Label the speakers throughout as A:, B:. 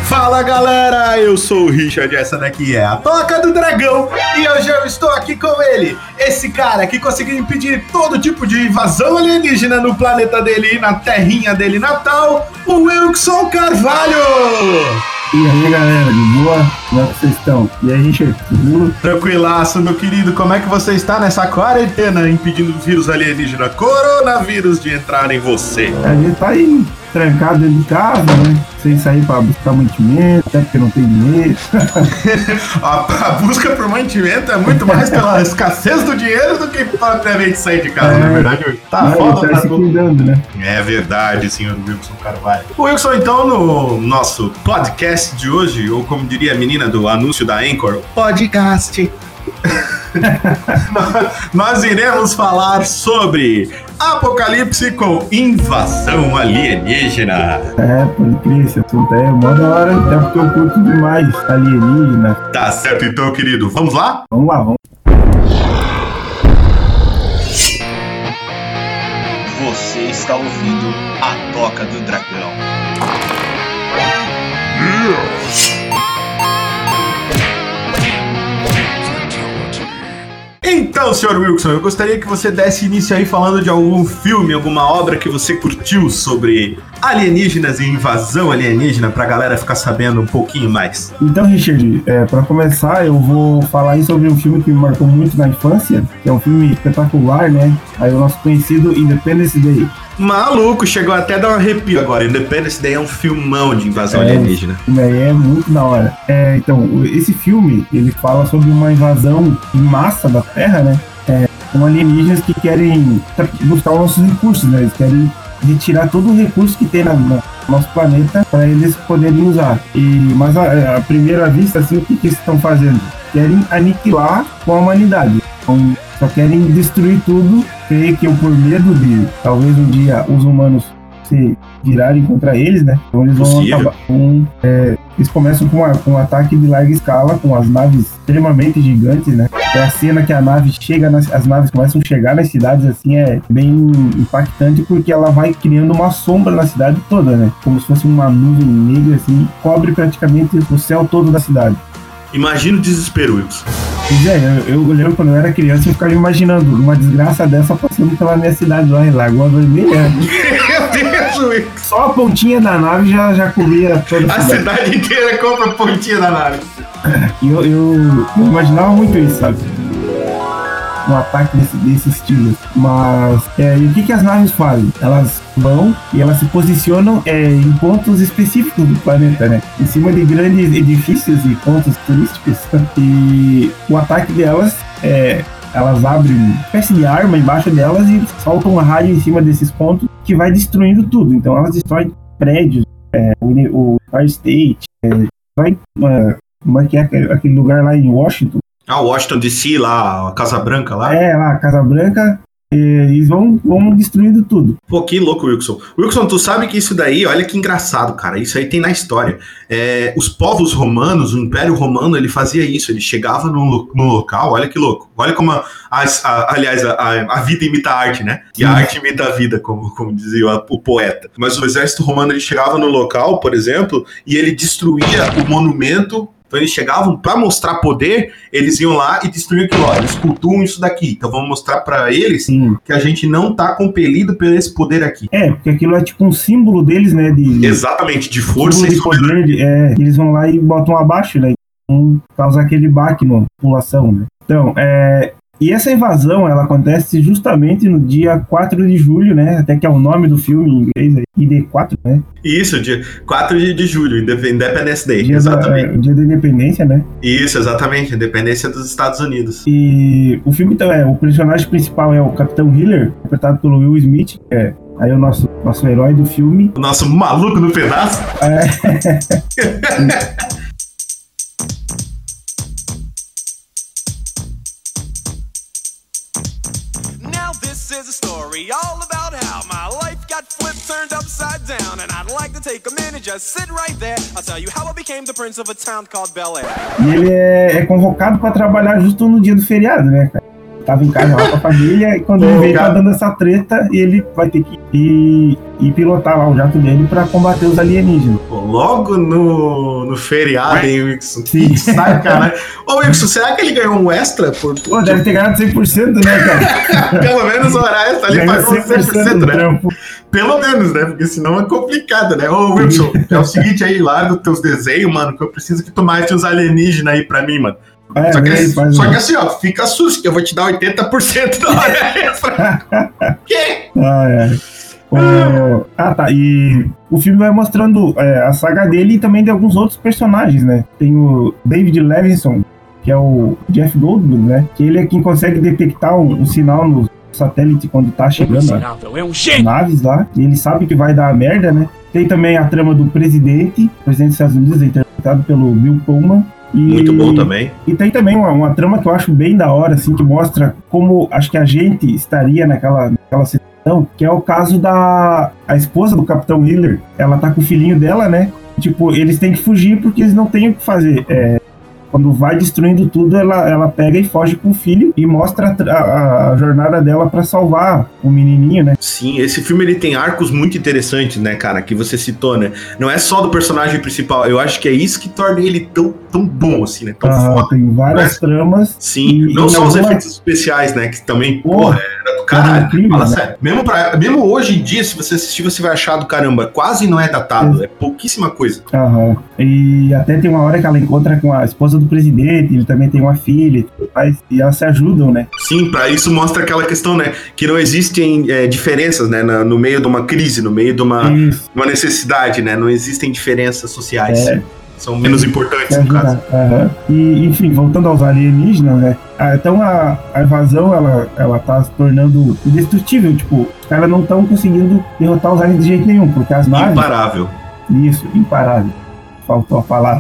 A: Fala galera, eu sou o Richard, essa daqui é a Toca do Dragão e hoje eu estou aqui com ele, esse cara que conseguiu impedir todo tipo de invasão alienígena no planeta dele e na terrinha dele natal, o Wilson Carvalho!
B: E aí galera, de boa? Como é que vocês estão? E aí, Richard, tudo?
A: Tranquilaço, meu querido, como é que você está nessa quarentena impedindo o vírus alienígena coronavírus de entrar em você?
B: A gente tá aí trancado dentro de casa, né? Sem sair pra buscar mantimento, até porque não tem dinheiro.
A: a busca por mantimento é muito mais pela escassez do dinheiro do que propriamente sair de casa, na verdade. Tá foda,
B: tá se cuidando, né?
A: É verdade, senhor Wilson Carvalho. O Wilson, então, no nosso podcast de hoje, ou como diria a menina do anúncio da Anchor, podcast. Nós iremos falar sobre Apocalipse com invasão alienígena.
B: Pode crer, esse assunto é mó da hora, até porque eu curto demais alienígena.
A: Tá certo então, querido. Vamos lá?
B: Vamos lá, vamos.
C: Você está ouvindo a Toca do Dragão.
A: Então, senhor Wilson, eu gostaria que você desse início aí falando de algum filme, alguma obra que você curtiu sobre alienígenas e invasão alienígena, pra galera ficar sabendo um pouquinho mais.
B: Então, Richard, pra começar, eu vou falar aí sobre um filme que me marcou muito na infância, que é um filme espetacular, né? Aí o nosso conhecido Independence Day.
A: Maluco, chegou até a dar um arrepio agora. Independence Day é um filmão de invasão alienígena.
B: Esse filme aí é muito da hora. Então, esse filme, ele fala sobre uma invasão em massa da Terra, né? Com alienígenas que querem buscar os nossos recursos, né? Eles querem retirar todo o recurso que tem no nosso planeta para eles poderem usar. Mas à primeira vista, assim, o que eles estão fazendo? Querem aniquilar com a humanidade. Então, só querem destruir tudo. Creio que por medo de talvez um dia os humanos se virarem contra eles, né? Então eles vão acabar com... eles começam com um ataque de larga escala, com as naves extremamente gigantes, né? É a cena que a nave chega, as naves começam a chegar nas cidades, assim, é bem impactante, porque ela vai criando uma sombra na cidade toda, né? Como se fosse uma nuvem negra, assim, cobre praticamente o céu todo da cidade.
A: Imagina o desespero, Wilson.
B: Pois é, eu lembro quando eu era criança, eu ficava imaginando uma desgraça dessa passando pela minha cidade lá em Lagoa Vermelha.
A: Meu Deus, Wilson.
B: Só a pontinha da nave já cobria toda
A: a cidade inteira compra a pontinha da nave.
B: E eu imaginava muito isso, sabe? Um ataque desse estilo. Mas e o que as naves fazem? Elas vão e elas se posicionam em pontos específicos do planeta, né? Em cima de grandes edifícios e pontos turísticos. E o ataque delas elas abrem uma espécie de arma embaixo delas e soltam uma rádio em cima desses pontos que vai destruindo tudo. Então elas destroem prédios, o Empire State, como é que é aquele lugar lá em Washington?
A: Washington DC lá, a Casa Branca lá.
B: Lá, a Casa Branca. Eles vão destruindo tudo.
A: Pô, que louco, Wilson. Wilson, tu sabe que isso daí, olha que engraçado, cara. Isso aí tem na história. Os povos romanos, o Império Romano, ele fazia isso. Ele chegava no local, olha que louco. Olha como, aliás, a vida imita a arte, né? E a arte imita a vida, como dizia o poeta. Mas o exército romano, ele chegava no local, por exemplo, e ele destruía o monumento. Então eles chegavam para mostrar poder, eles iam lá e destruíam aquilo. Eles cultuam isso daqui. Então vamos mostrar para eles que a gente não tá compelido por esse poder aqui.
B: Porque aquilo é tipo um símbolo deles, né?
A: Exatamente, de força
B: e de poder. Eles vão lá e botam abaixo, né? Então causa aquele baque na população, né? Então, e essa invasão, ela acontece justamente no dia 4 de julho, né? Até que é o nome do filme em inglês, ID4, né?
A: Isso, dia 4 de julho, Independence Day,
B: exatamente. Dia da Independência, né?
A: Isso, exatamente, Independência dos Estados Unidos.
B: E o filme, então, o personagem principal é o Capitão Hiller, interpretado pelo Will Smith, que é aí o nosso herói do filme.
A: O nosso maluco no pedaço.
D: Is a story all about how my life got flipped, turned upside down, and I'd like to take a minute, just sit right there. I'll tell you how I became the prince of a town called Bel Air.
B: E ele é convocado para trabalhar justo no dia do feriado, né, cara? tava em casa lá com a família, e quando ele vê, tá dando essa treta, ele vai ter que ir pilotar lá o jato dele pra combater os alienígenas.
A: Pô, logo no feriado, hein, Wilson?
B: Sim.
A: Que sacanagem. Ô, Wilson, será que ele ganhou um extra?
B: Pô, deve ter ganhado 100%, né, cara?
A: Pelo menos o hora extra ali
B: Ganhou
A: pagou 100%, né?
B: trampo.
A: Pelo menos, né? Porque senão é complicado, né? Ô, Wilson, é o seguinte aí, larga os teus desenhos, mano, que eu preciso que tu mate uns alienígenas aí pra mim, mano. Só que assim, ó, fica susto, que eu vou te dar 80% da hora extra. Quê?
B: Tá. E o filme vai mostrando a saga dele e também de alguns outros personagens, né? Tem o David Levinson, que é o Jeff Goldblum, né? Que ele é quem consegue detectar um sinal no satélite quando tá chegando as naves lá. E ele sabe que vai dar merda, né? Tem também a trama do presidente dos Estados Unidos, interpretado pelo Bill Pullman.
A: Muito bom também.
B: E tem também uma trama que eu acho bem da hora, assim, que mostra como acho que a gente estaria naquela situação, que é o caso a esposa do Capitão Hiller. Ela tá com o filhinho dela, né? Tipo, eles têm que fugir porque eles não têm o que fazer. Quando vai destruindo tudo, ela pega e foge com o filho e mostra a jornada dela pra salvar o menininho, né?
A: Sim, esse filme ele tem arcos muito interessantes, né, cara, que você citou, né? Não é só do personagem principal, eu acho que é isso que torna ele tão bom, assim, né? Tão foda.
B: Tem várias tramas.
A: Sim, não só os efeitos especiais, né, que também, porra, era do caralho.
B: Incrível,
A: fala
B: né?
A: sério. Mesmo hoje em dia, se você assistir, você vai achar do caramba, quase não é datado, é pouquíssima coisa.
B: E até tem uma hora que ela encontra com a esposa do presidente, ele também tem uma filha, e elas se ajudam, né?
A: Sim, pra isso mostra aquela questão, né, que não existem diferenças, né, no meio de uma crise, no meio de uma necessidade, né, não existem diferenças sociais. São menos importantes, no caso.
B: E, enfim, voltando aos alienígenas, né? Então a invasão, ela tá se tornando indestrutível. Tipo, os caras não estão conseguindo derrotar os aliens de jeito nenhum, porque as naves...
A: Imparável.
B: Isso, imparável. Faltou a palavra.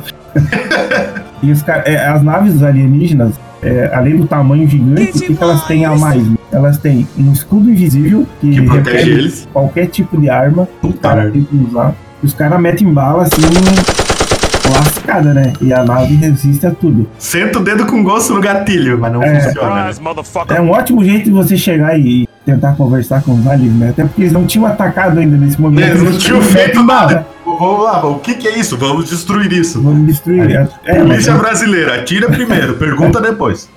B: E as naves dos alienígenas, além do tamanho gigante, o que elas têm a mais? Elas têm um escudo invisível que
A: protege eles.
B: Qualquer tipo de arma. Os caras metem bala assim, lascada, né? E a nave resiste a tudo.
A: Senta o dedo com gosto no gatilho, mas não funciona.
B: É um ótimo jeito de você chegar e tentar conversar com os aliens, né? Até porque eles não tinham atacado ainda nesse momento.
A: Eles não tinham feito nada. Vamos lá, o que é isso? Vamos destruir isso.
B: Vamos destruir.
A: Polícia brasileira, atira primeiro, pergunta depois.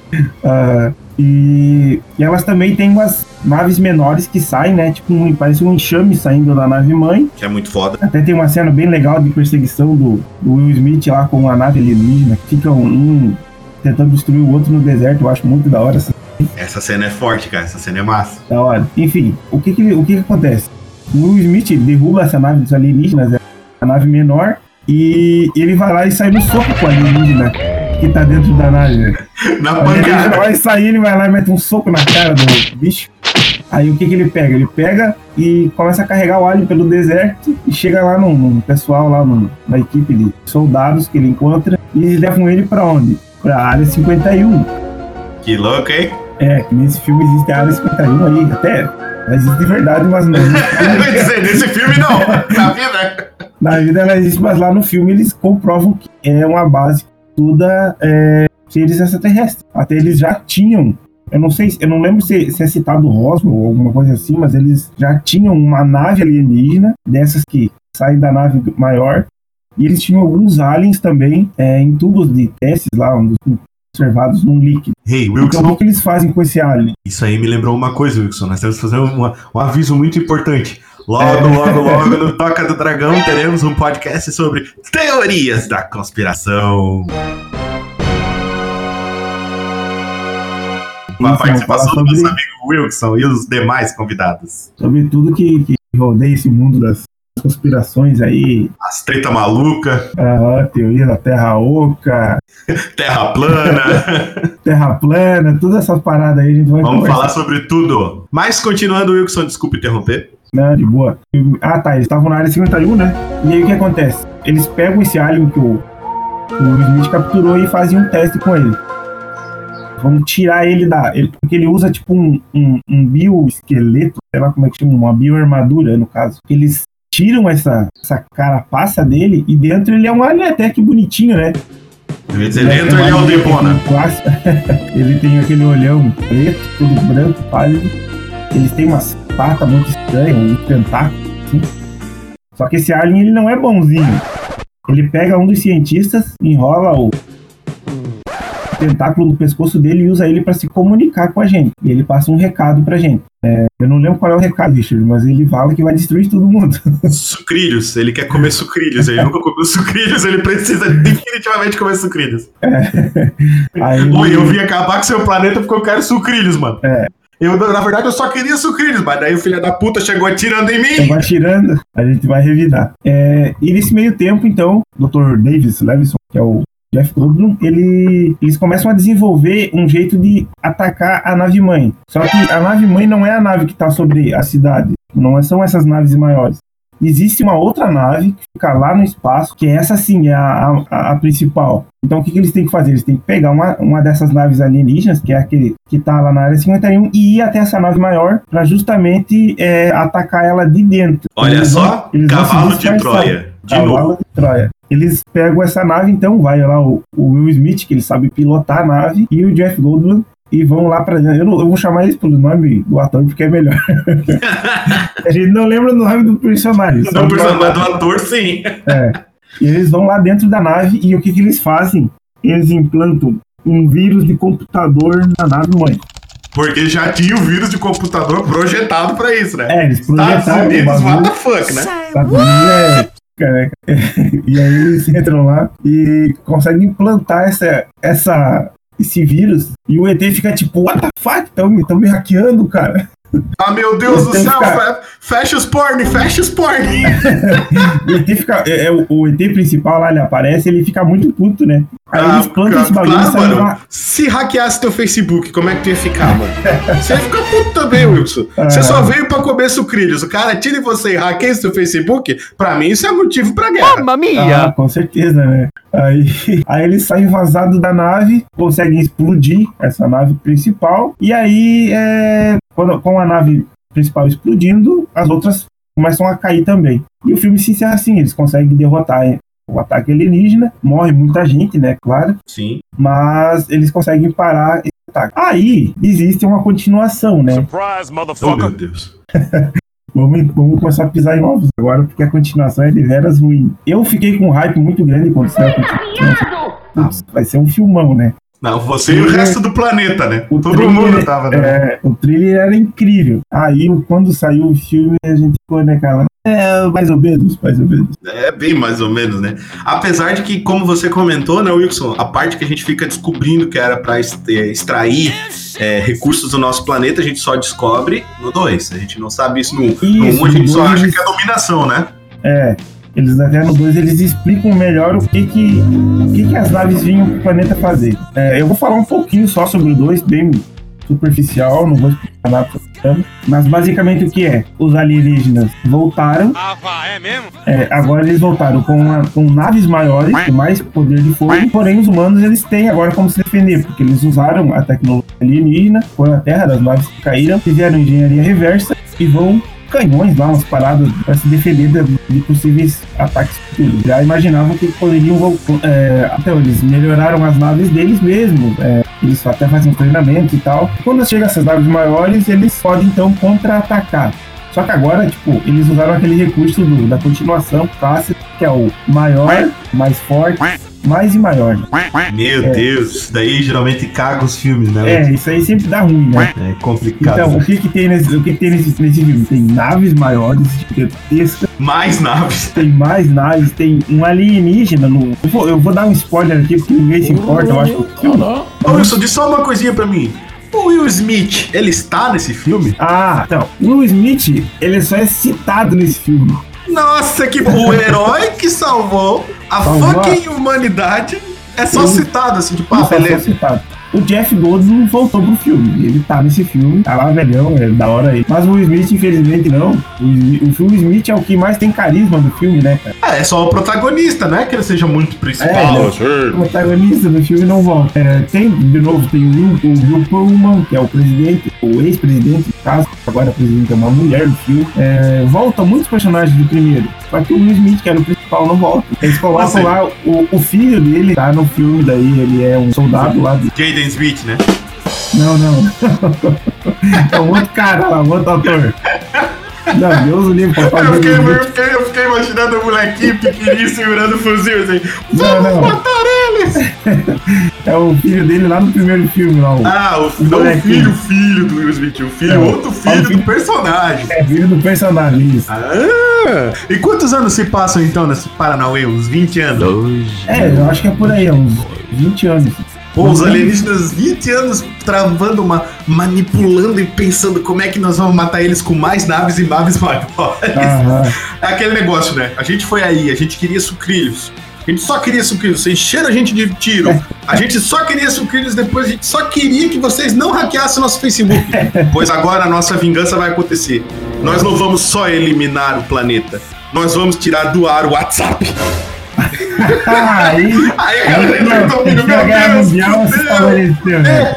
B: E elas também têm umas naves menores que saem, né? Tipo, parece um enxame saindo da nave mãe.
A: Que é muito foda.
B: Até tem uma cena bem legal de perseguição do Will Smith lá com a nave alienígena. Que fica um tentando destruir o outro no deserto. Eu acho muito da hora.
A: Essa cena é forte, cara. Essa cena é massa.
B: Da hora. Enfim, o que acontece? O Will Smith derruba essa nave dos alienígenas, a nave menor, e ele vai lá e sai no soco com a alienígena que tá dentro da nave, né?
A: Na pancada.
B: Vai sair, ele vai lá e mete um soco na cara do bicho. Aí o que ele pega? Ele pega e começa a carregar o alien pelo deserto e chega lá num pessoal, lá numa equipe de soldados que ele encontra, e eles levam ele pra onde? Pra área 51.
A: Que louco, hein?
B: Que nesse filme existe a área 51 aí, até existe de verdade, mas não.
A: Quer dizer, nesse filme não, na vida.
B: Na vida ela existe, mas lá no filme eles comprovam que é uma base toda seres extraterrestres. Até eles já tinham, eu não lembro se é citado Roswell ou alguma coisa assim, mas eles já tinham uma nave alienígena, dessas que saem da nave maior, e eles tinham alguns aliens também em tubos de testes lá, observados num líquido.
A: Hey, Wilson.
B: Então o que eles fazem com esse alien?
A: Isso aí me lembrou uma coisa, Wilson. Nós temos que fazer um aviso muito importante. Logo no Toca do Dragão teremos um podcast sobre teorias da conspiração. Uma participação do nosso amigo Wilson e os demais convidados.
B: Sobre tudo que rodeia esse mundo das conspirações aí.
A: As treta maluca.
B: Teoria da Terra Oca.
A: Terra plana.
B: Terra plana, todas essas paradas aí a gente vai
A: Vamos falar sobre tudo. Mas continuando, Wilson, desculpe interromper.
B: Não, de boa. Eles estavam na área 51, né? E aí o que acontece? Eles pegam esse alien que o Smith capturou e fazem um teste com ele. Vamos tirar ele porque ele usa tipo um bioesqueleto, sei lá como é que chama, uma bioarmadura no caso. Eles tiram essa carapaça dele e dentro ele é um alien até que bonitinho, né?
A: Ele entra e é o Debona.
B: Ele tem aquele olhão preto, tudo branco, pálido. Eles têm umas patas muito estranhas, um tentáculo, assim. Só que esse alien, ele não é bonzinho. Ele pega um dos cientistas, enrola o tentáculo no pescoço dele e usa ele pra se comunicar com a gente. E ele passa um recado pra gente. Eu não lembro qual é o recado, Richard, mas ele fala que vai destruir todo mundo.
A: Sucrilhos, ele quer comer sucrilhos. Ele nunca comeu sucrilhos, ele precisa definitivamente comer sucrilhos. Oi, eu vim acabar com seu planeta porque eu quero sucrilhos, mano. Na verdade, eu só queria sucrilhos, mas daí o filho da puta chegou atirando em mim.
B: Chegou atirando, a gente vai revidar. E nesse meio tempo, então, o Dr. Davis Levinson, que é o Jeff Goldblum, eles começam a desenvolver um jeito de atacar a nave-mãe. Só que a nave-mãe não é a nave que está sobre a cidade. Não são essas naves maiores. Existe uma outra nave que fica lá no espaço, que essa sim é a principal. Então o que eles têm que fazer? Eles têm que pegar uma dessas naves alienígenas, que é aquele que está lá na área 51, e ir até essa nave maior para justamente atacar ela de dentro.
A: Olha só, cavalo de Troia.
B: Cavalo de Troia. Eles pegam essa nave, então vai lá o Will Smith, que ele sabe pilotar a nave, e o Jeff Goldblum, e vão lá pra dentro. Eu vou chamar eles pelo nome do ator, porque é melhor. A gente não lembra o nome do personagem.
A: Não, personagem do ator, sim.
B: E eles vão lá dentro da nave, e o que eles fazem? Eles implantam um vírus de computador na nave-mãe.
A: Porque já tinha o vírus de computador projetado pra isso, né?
B: Eles projetaram.
A: Estados Unidos, what the fuck, né?
B: Estados Unidos E aí eles entram lá e conseguem implantar esse vírus. E o ET fica tipo, what the fuck? Estão me hackeando, cara.
A: Ah, meu Deus do céu, fecha os porn.
B: O ET fica, o ET principal lá, ele aparece, ele fica muito puto, né? Aí eles plantam esse bagulho e saem lá.
A: Se hackeasse teu Facebook, como é que tu ia ficar, mano? Você ia ficar puto também, Wilson. Você só veio pra comer sucrilhos. O cara tira você e hackeia seu Facebook, pra mim isso é motivo pra guerra.
D: Mamma mia!
B: Com certeza, né? Aí eles saem vazados da nave, conseguem explodir essa nave principal, e aí, com a nave principal explodindo, as outras começam a cair também. E o filme se encerra assim, eles conseguem derrotar o ataque alienígena, morre muita gente, né, claro.
A: Sim.
B: Mas eles conseguem parar esse ataque. Aí, existe uma continuação, né?
D: Surprise, motherfucker!
A: Oh, meu Deus.
B: Vamos começar a pisar em ovos agora, porque a continuação é de veras ruim. Eu fiquei com um hype muito grande quando saiu a continuação. Vai ser um filmão, né?
A: Não, você e o resto do planeta, né? Todo mundo tava, né?
B: O trailer era incrível. Aí, quando saiu o filme, a gente ficou, né, cara? Mais ou menos.
A: É bem mais ou menos, né? Apesar de que, como você comentou, né, Wilson, a parte que a gente fica descobrindo que era pra extrair recursos do nosso planeta, a gente só descobre no 2. A gente não sabe isso no 1, a gente só acha que é dominação, né?
B: Eles até no 2 eles explicam melhor o que as naves vinham pro planeta fazer. Eu vou falar um pouquinho só sobre o 2, bem superficial, não vou explicar nada sobre, mas basicamente o que é? Os alienígenas voltaram.
D: É mesmo?
B: Agora eles voltaram com naves maiores, com mais poder de fogo, porém os humanos eles têm agora como se defender, porque eles usaram a tecnologia alienígena, foram à Terra, das naves que caíram, fizeram engenharia reversa e vão canhões lá, umas paradas para se defender de possíveis ataques futuros. Já imaginavam que poderiam voltar. Então, eles melhoraram as naves deles mesmos. Eles até fazem treinamento e tal. Quando chegam essas naves maiores, eles podem então contra-atacar. Só que agora, tipo, eles usaram aquele recurso da continuação clássica, que é o maior, mais forte, mais e maior.
A: Meu Deus, isso daí geralmente caga os filmes, né?
B: Isso aí sempre dá ruim, né?
A: É complicado.
B: Então, o que tem nesse filme? Tem naves maiores, gigantescas.
A: Mais naves.
B: Tem mais naves, tem um alienígena no... Eu vou dar um spoiler aqui, porque ninguém se importa, eu acho.
A: Ô, Wilson, diz só uma coisinha pra mim. O Will Smith, ele está nesse filme?
B: Então, o Will Smith, ele só é citado nesse filme.
A: Nossa, que o herói que salvou a fucking humanidade é só citado, assim, tipo, beleza.
B: Só citado. O Jeff Goldblum voltou pro filme. Ele tá nesse filme, tá lá velhão, é da hora aí. Mas o Will Smith, infelizmente, não. O Will Smith é o que mais tem carisma do filme, né, cara?
A: É só o protagonista, não é que ele seja muito principal.
B: O protagonista do filme não volta. Tem o Will Pullman, que é o presidente, o ex-presidente, no caso, agora a presidente é uma mulher do filme. Voltam muitos personagens do primeiro. Só que o Will Smith, que era o principal, principal não volta. Eles colocam lá o filho dele, tá no filme daí, ele é um soldado lá.
A: Jaden Smith, né?
B: Não. É um outro cara lá, um outro ator. Não, Deus o livre, papai.
A: Eu fiquei imaginando o molequinho pequenininho segurando o fuzil assim. Vamos matar eles!
B: É o filho dele lá no primeiro filme lá.
A: O filho do Will Smith, outro filho do personagem.
B: É, filho do personagem, isso.
A: E quantos anos se passam então nesse Paranauê? Uns 20 anos?
B: Eu acho que é por aí, uns 20 anos.
A: Pô, os alienígenas 20 anos travando, manipulando e pensando como é que nós vamos matar eles com mais naves e naves maiores. É aquele negócio, né? A gente foi aí, a gente queria sucrilhos. A gente só queria sucrilhos, vocês encheram a gente de tiro. A gente só queria sucrilhos, depois a gente só queria que vocês não hackeassem nosso Facebook. Pois agora a nossa vingança vai acontecer. Nós não vamos só eliminar o planeta, nós vamos tirar do ar o WhatsApp.
B: Aí a Guerra Mundial se estabeleceu, né?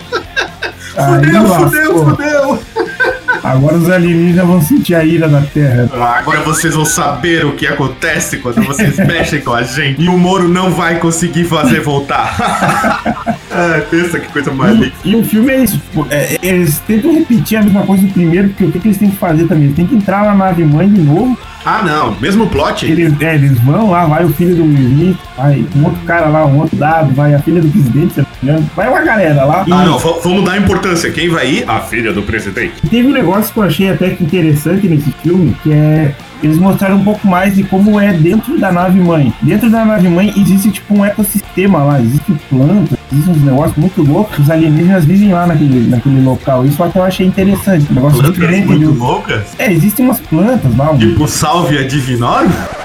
A: Fudeu.
B: Agora os alienígenas vão sentir a ira da Terra.
A: Agora vocês vão saber o que acontece quando vocês mexem com a gente. E o Moro não vai conseguir fazer voltar. Pensa que coisa maluca.
B: E o filme é isso. Tipo, eles tentam repetir a mesma coisa do primeiro, porque o que eles têm que fazer também? Eles têm que entrar na nave mãe de novo.
A: Não, mesmo plot?
B: Eles vão lá, vai o filho do Will Smith, vai um outro cara lá, um outro dado, vai a filha do presidente, se não me engano, vai uma galera lá.
A: Não, vamos dar importância. Quem vai ir? A filha do presidente.
B: E teve um negócio que eu achei até que interessante nesse filme, que é... Eles mostraram um pouco mais de como é dentro da nave-mãe. Dentro da nave-mãe existe tipo um ecossistema lá, existem plantas, existem uns negócios muito loucos. Os alienígenas vivem lá naquele local. Isso até eu achei interessante. Um negócio
A: plantas
B: diferente.
A: Muito loucas?
B: Existem umas plantas lá.
A: Tipo Salvia Divinorum?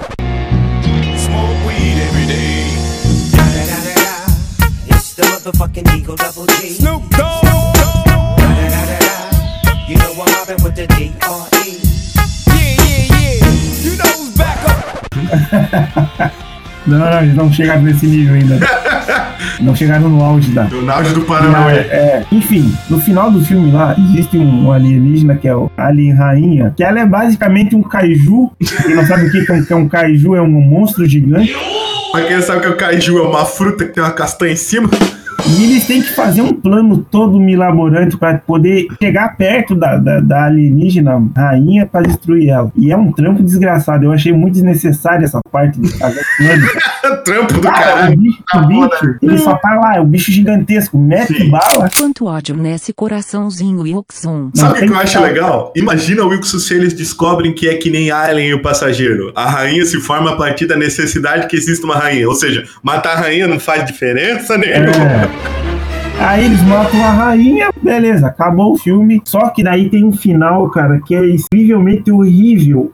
D: Smoke weed every day.
E: It's the motherfucking Eagle Double G.
D: Snoop Dogg.
E: You know I'm mobbing with the D.R.E.
B: Não, eles não chegaram nesse nível ainda. Não chegaram no auge da...
A: No auge do Paranauê.
B: Enfim, no final do filme lá, existe um alienígena que é o Alien Rainha, que ela é basicamente um kaiju. Quem não sabe o que é um kaiju, é um monstro gigante.
A: Pra quem sabe que o kaiju é uma fruta que tem uma castanha em cima.
B: E eles têm que fazer um plano todo milaborante para poder chegar perto da alienígena rainha para destruir ela. E é um trampo desgraçado. Eu achei muito desnecessário essa parte de fazer
A: trampo do caralho.
B: O bicho, ele só tá lá, é um bicho gigantesco, mete bala.
F: Quanto ódio nesse coraçãozinho, Wilson.
A: Sabe o que eu acho legal? Imagina, Wilson, se eles descobrem que é que nem Alien e o passageiro. A rainha se forma a partir da necessidade que exista uma rainha. Ou seja, matar a rainha não faz diferença nenhuma.
B: Aí eles matam a rainha, beleza, acabou o filme. Só que daí tem um final, cara, que é incrivelmente horrível.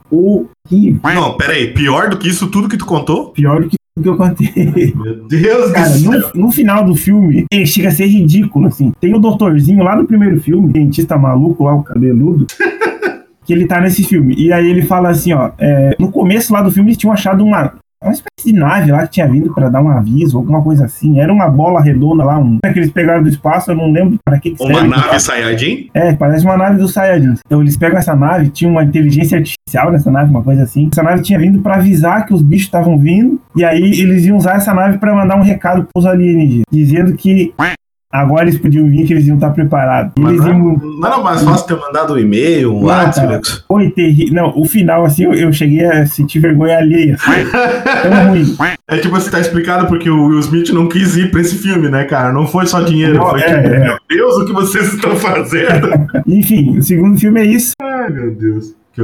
A: Não, pera aí, pior do que isso tudo que tu contou?
B: Pior do que tudo que eu contei.
A: Meu Deus do
B: cara,
A: céu.
B: No final do filme, ele chega a ser ridículo, assim. Tem o doutorzinho lá no primeiro filme, o cientista maluco lá, o cabeludo. Que ele tá nesse filme. E aí ele fala assim, ó, no começo lá do filme eles tinham achado uma espécie de nave lá que tinha vindo pra dar um aviso, alguma coisa assim. Era uma bola redonda lá, que eles pegaram do espaço, eu não lembro pra que serve.
A: Uma nave Saiyajin?
B: Parece uma nave do Saiyajin. Então eles pegam essa nave, tinha uma inteligência artificial nessa nave, uma coisa assim. Essa nave tinha vindo pra avisar que os bichos estavam vindo, e aí eles iam usar essa nave pra mandar um recado pros alienígenas, dizendo que agora eles podiam vir, que eles iam estar preparados.
A: Não era mais fácil ter mandado um e-mail, um WhatsApp?
B: Foi terrível. Não, o final, assim, eu cheguei a sentir vergonha alheia. Tão ruim.
A: É tipo, você tá explicado porque o Will Smith não quis ir pra esse filme, né, cara? Não foi só dinheiro, foi tipo, meu Deus, o que vocês estão fazendo?
B: Enfim, o segundo filme é isso.
A: Ai, meu Deus. Que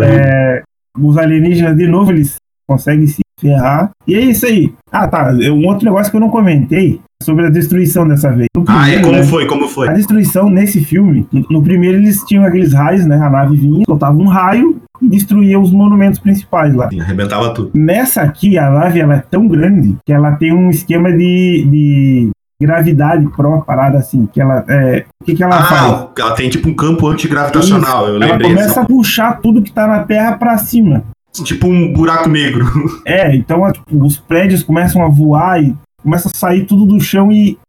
B: os alienígenas, de novo, eles conseguem se ferrar. E é isso aí. Um outro negócio que eu não comentei sobre a destruição dessa vez.
A: Como foi?
B: A destruição nesse filme, no primeiro eles tinham aqueles raios, né? A nave vinha, soltava um raio e destruía os monumentos principais lá.
A: Sim, arrebentava tudo.
B: Nessa aqui, a nave ela é tão grande que ela tem um esquema de gravidade própria, parada assim, que ela o que ela faz?
A: Ela tem tipo um campo antigravitacional, eu lembrei.
B: Ela começa a puxar tudo que tá na Terra pra cima.
A: Tipo um buraco negro.
B: Então tipo, os prédios começam a voar e começa a sair tudo do chão e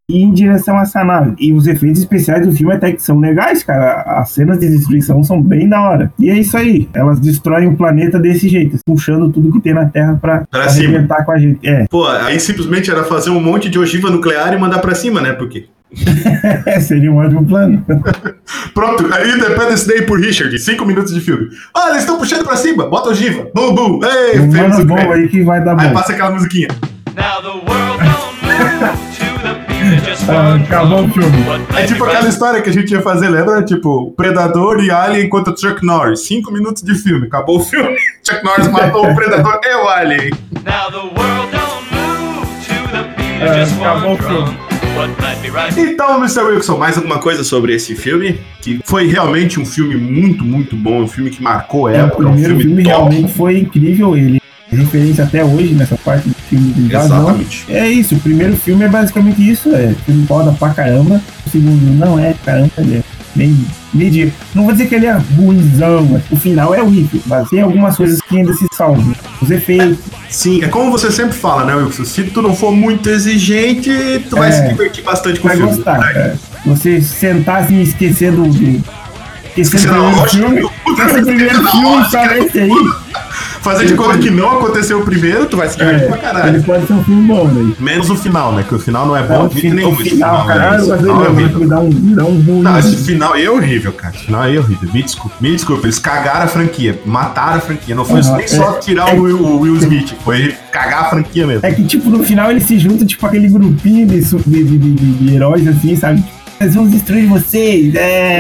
B: e em direção a essa nave. E os efeitos especiais do filme até que são legais, cara. As cenas de destruição são bem da hora. E é isso aí. Elas destroem o planeta desse jeito, puxando tudo que tem na Terra pra arrebentar com a gente.
A: Pô, aí simplesmente era fazer um monte de ogiva nuclear e mandar pra cima, né? Por quê?
B: Seria um ótimo plano.
A: Pronto, aí Independence Day por Richard, 5 minutos de filme. Eles estão puxando pra cima, bota ogiva, bum, bum, ei,
B: fez bom aí que vai dar bom.
A: Aí passa aquela musiquinha.
D: Now the world don't move to the beat, just
B: acabou o filme.
A: É tipo aquela história que a gente ia fazer, lembra? Tipo, Predador e Alien contra Chuck Norris. 5 minutos de filme, acabou o filme. Chuck Norris matou o Predador e o Alien.
D: Now the world don't move to the beat, just
B: acabou o filme.
A: Então, Mr. Wilson, mais alguma coisa sobre esse filme? Que foi realmente um filme muito, muito bom, um filme que marcou a época.
B: O primeiro filme
A: top.
B: realmente foi incrível, ele é referência até hoje nessa parte do filme de invasão.
A: Exatamente.
B: É isso, o primeiro filme é basicamente isso, filme foda pra caramba. O segundo não é, caramba, ele é bem medíocre. Não vou dizer que ele é ruimzão, mas o final é horrível, mas tem algumas coisas que ainda se salvam. Os efeitos.
A: Sim, é como você sempre fala, né, Wilson? Se tu não for muito exigente, tu vai se divertir bastante com o filme.
B: Vai gostar, Você sentar assim, esquecendo do filme. Esse primeiro filme, parece aí.
A: Fazer de conta que não aconteceu o primeiro, tu vai se divertir pra caralho.
B: Ele pode ser um filme bom, né?
A: Menos o final, né? Que o final não é bom de nenhum.
B: O final, caralho, me dá um ruim.
A: Não, esse final é horrível, cara. Esse final é horrível. Me desculpa. Eles cagaram a franquia. Mataram a franquia. Não foi nem só tirar o Will Smith. Foi cagar a franquia mesmo.
B: É que, tipo, no final eles se juntam, tipo, aquele grupinho de heróis, assim, sabe? Nós vamos destruir vocês,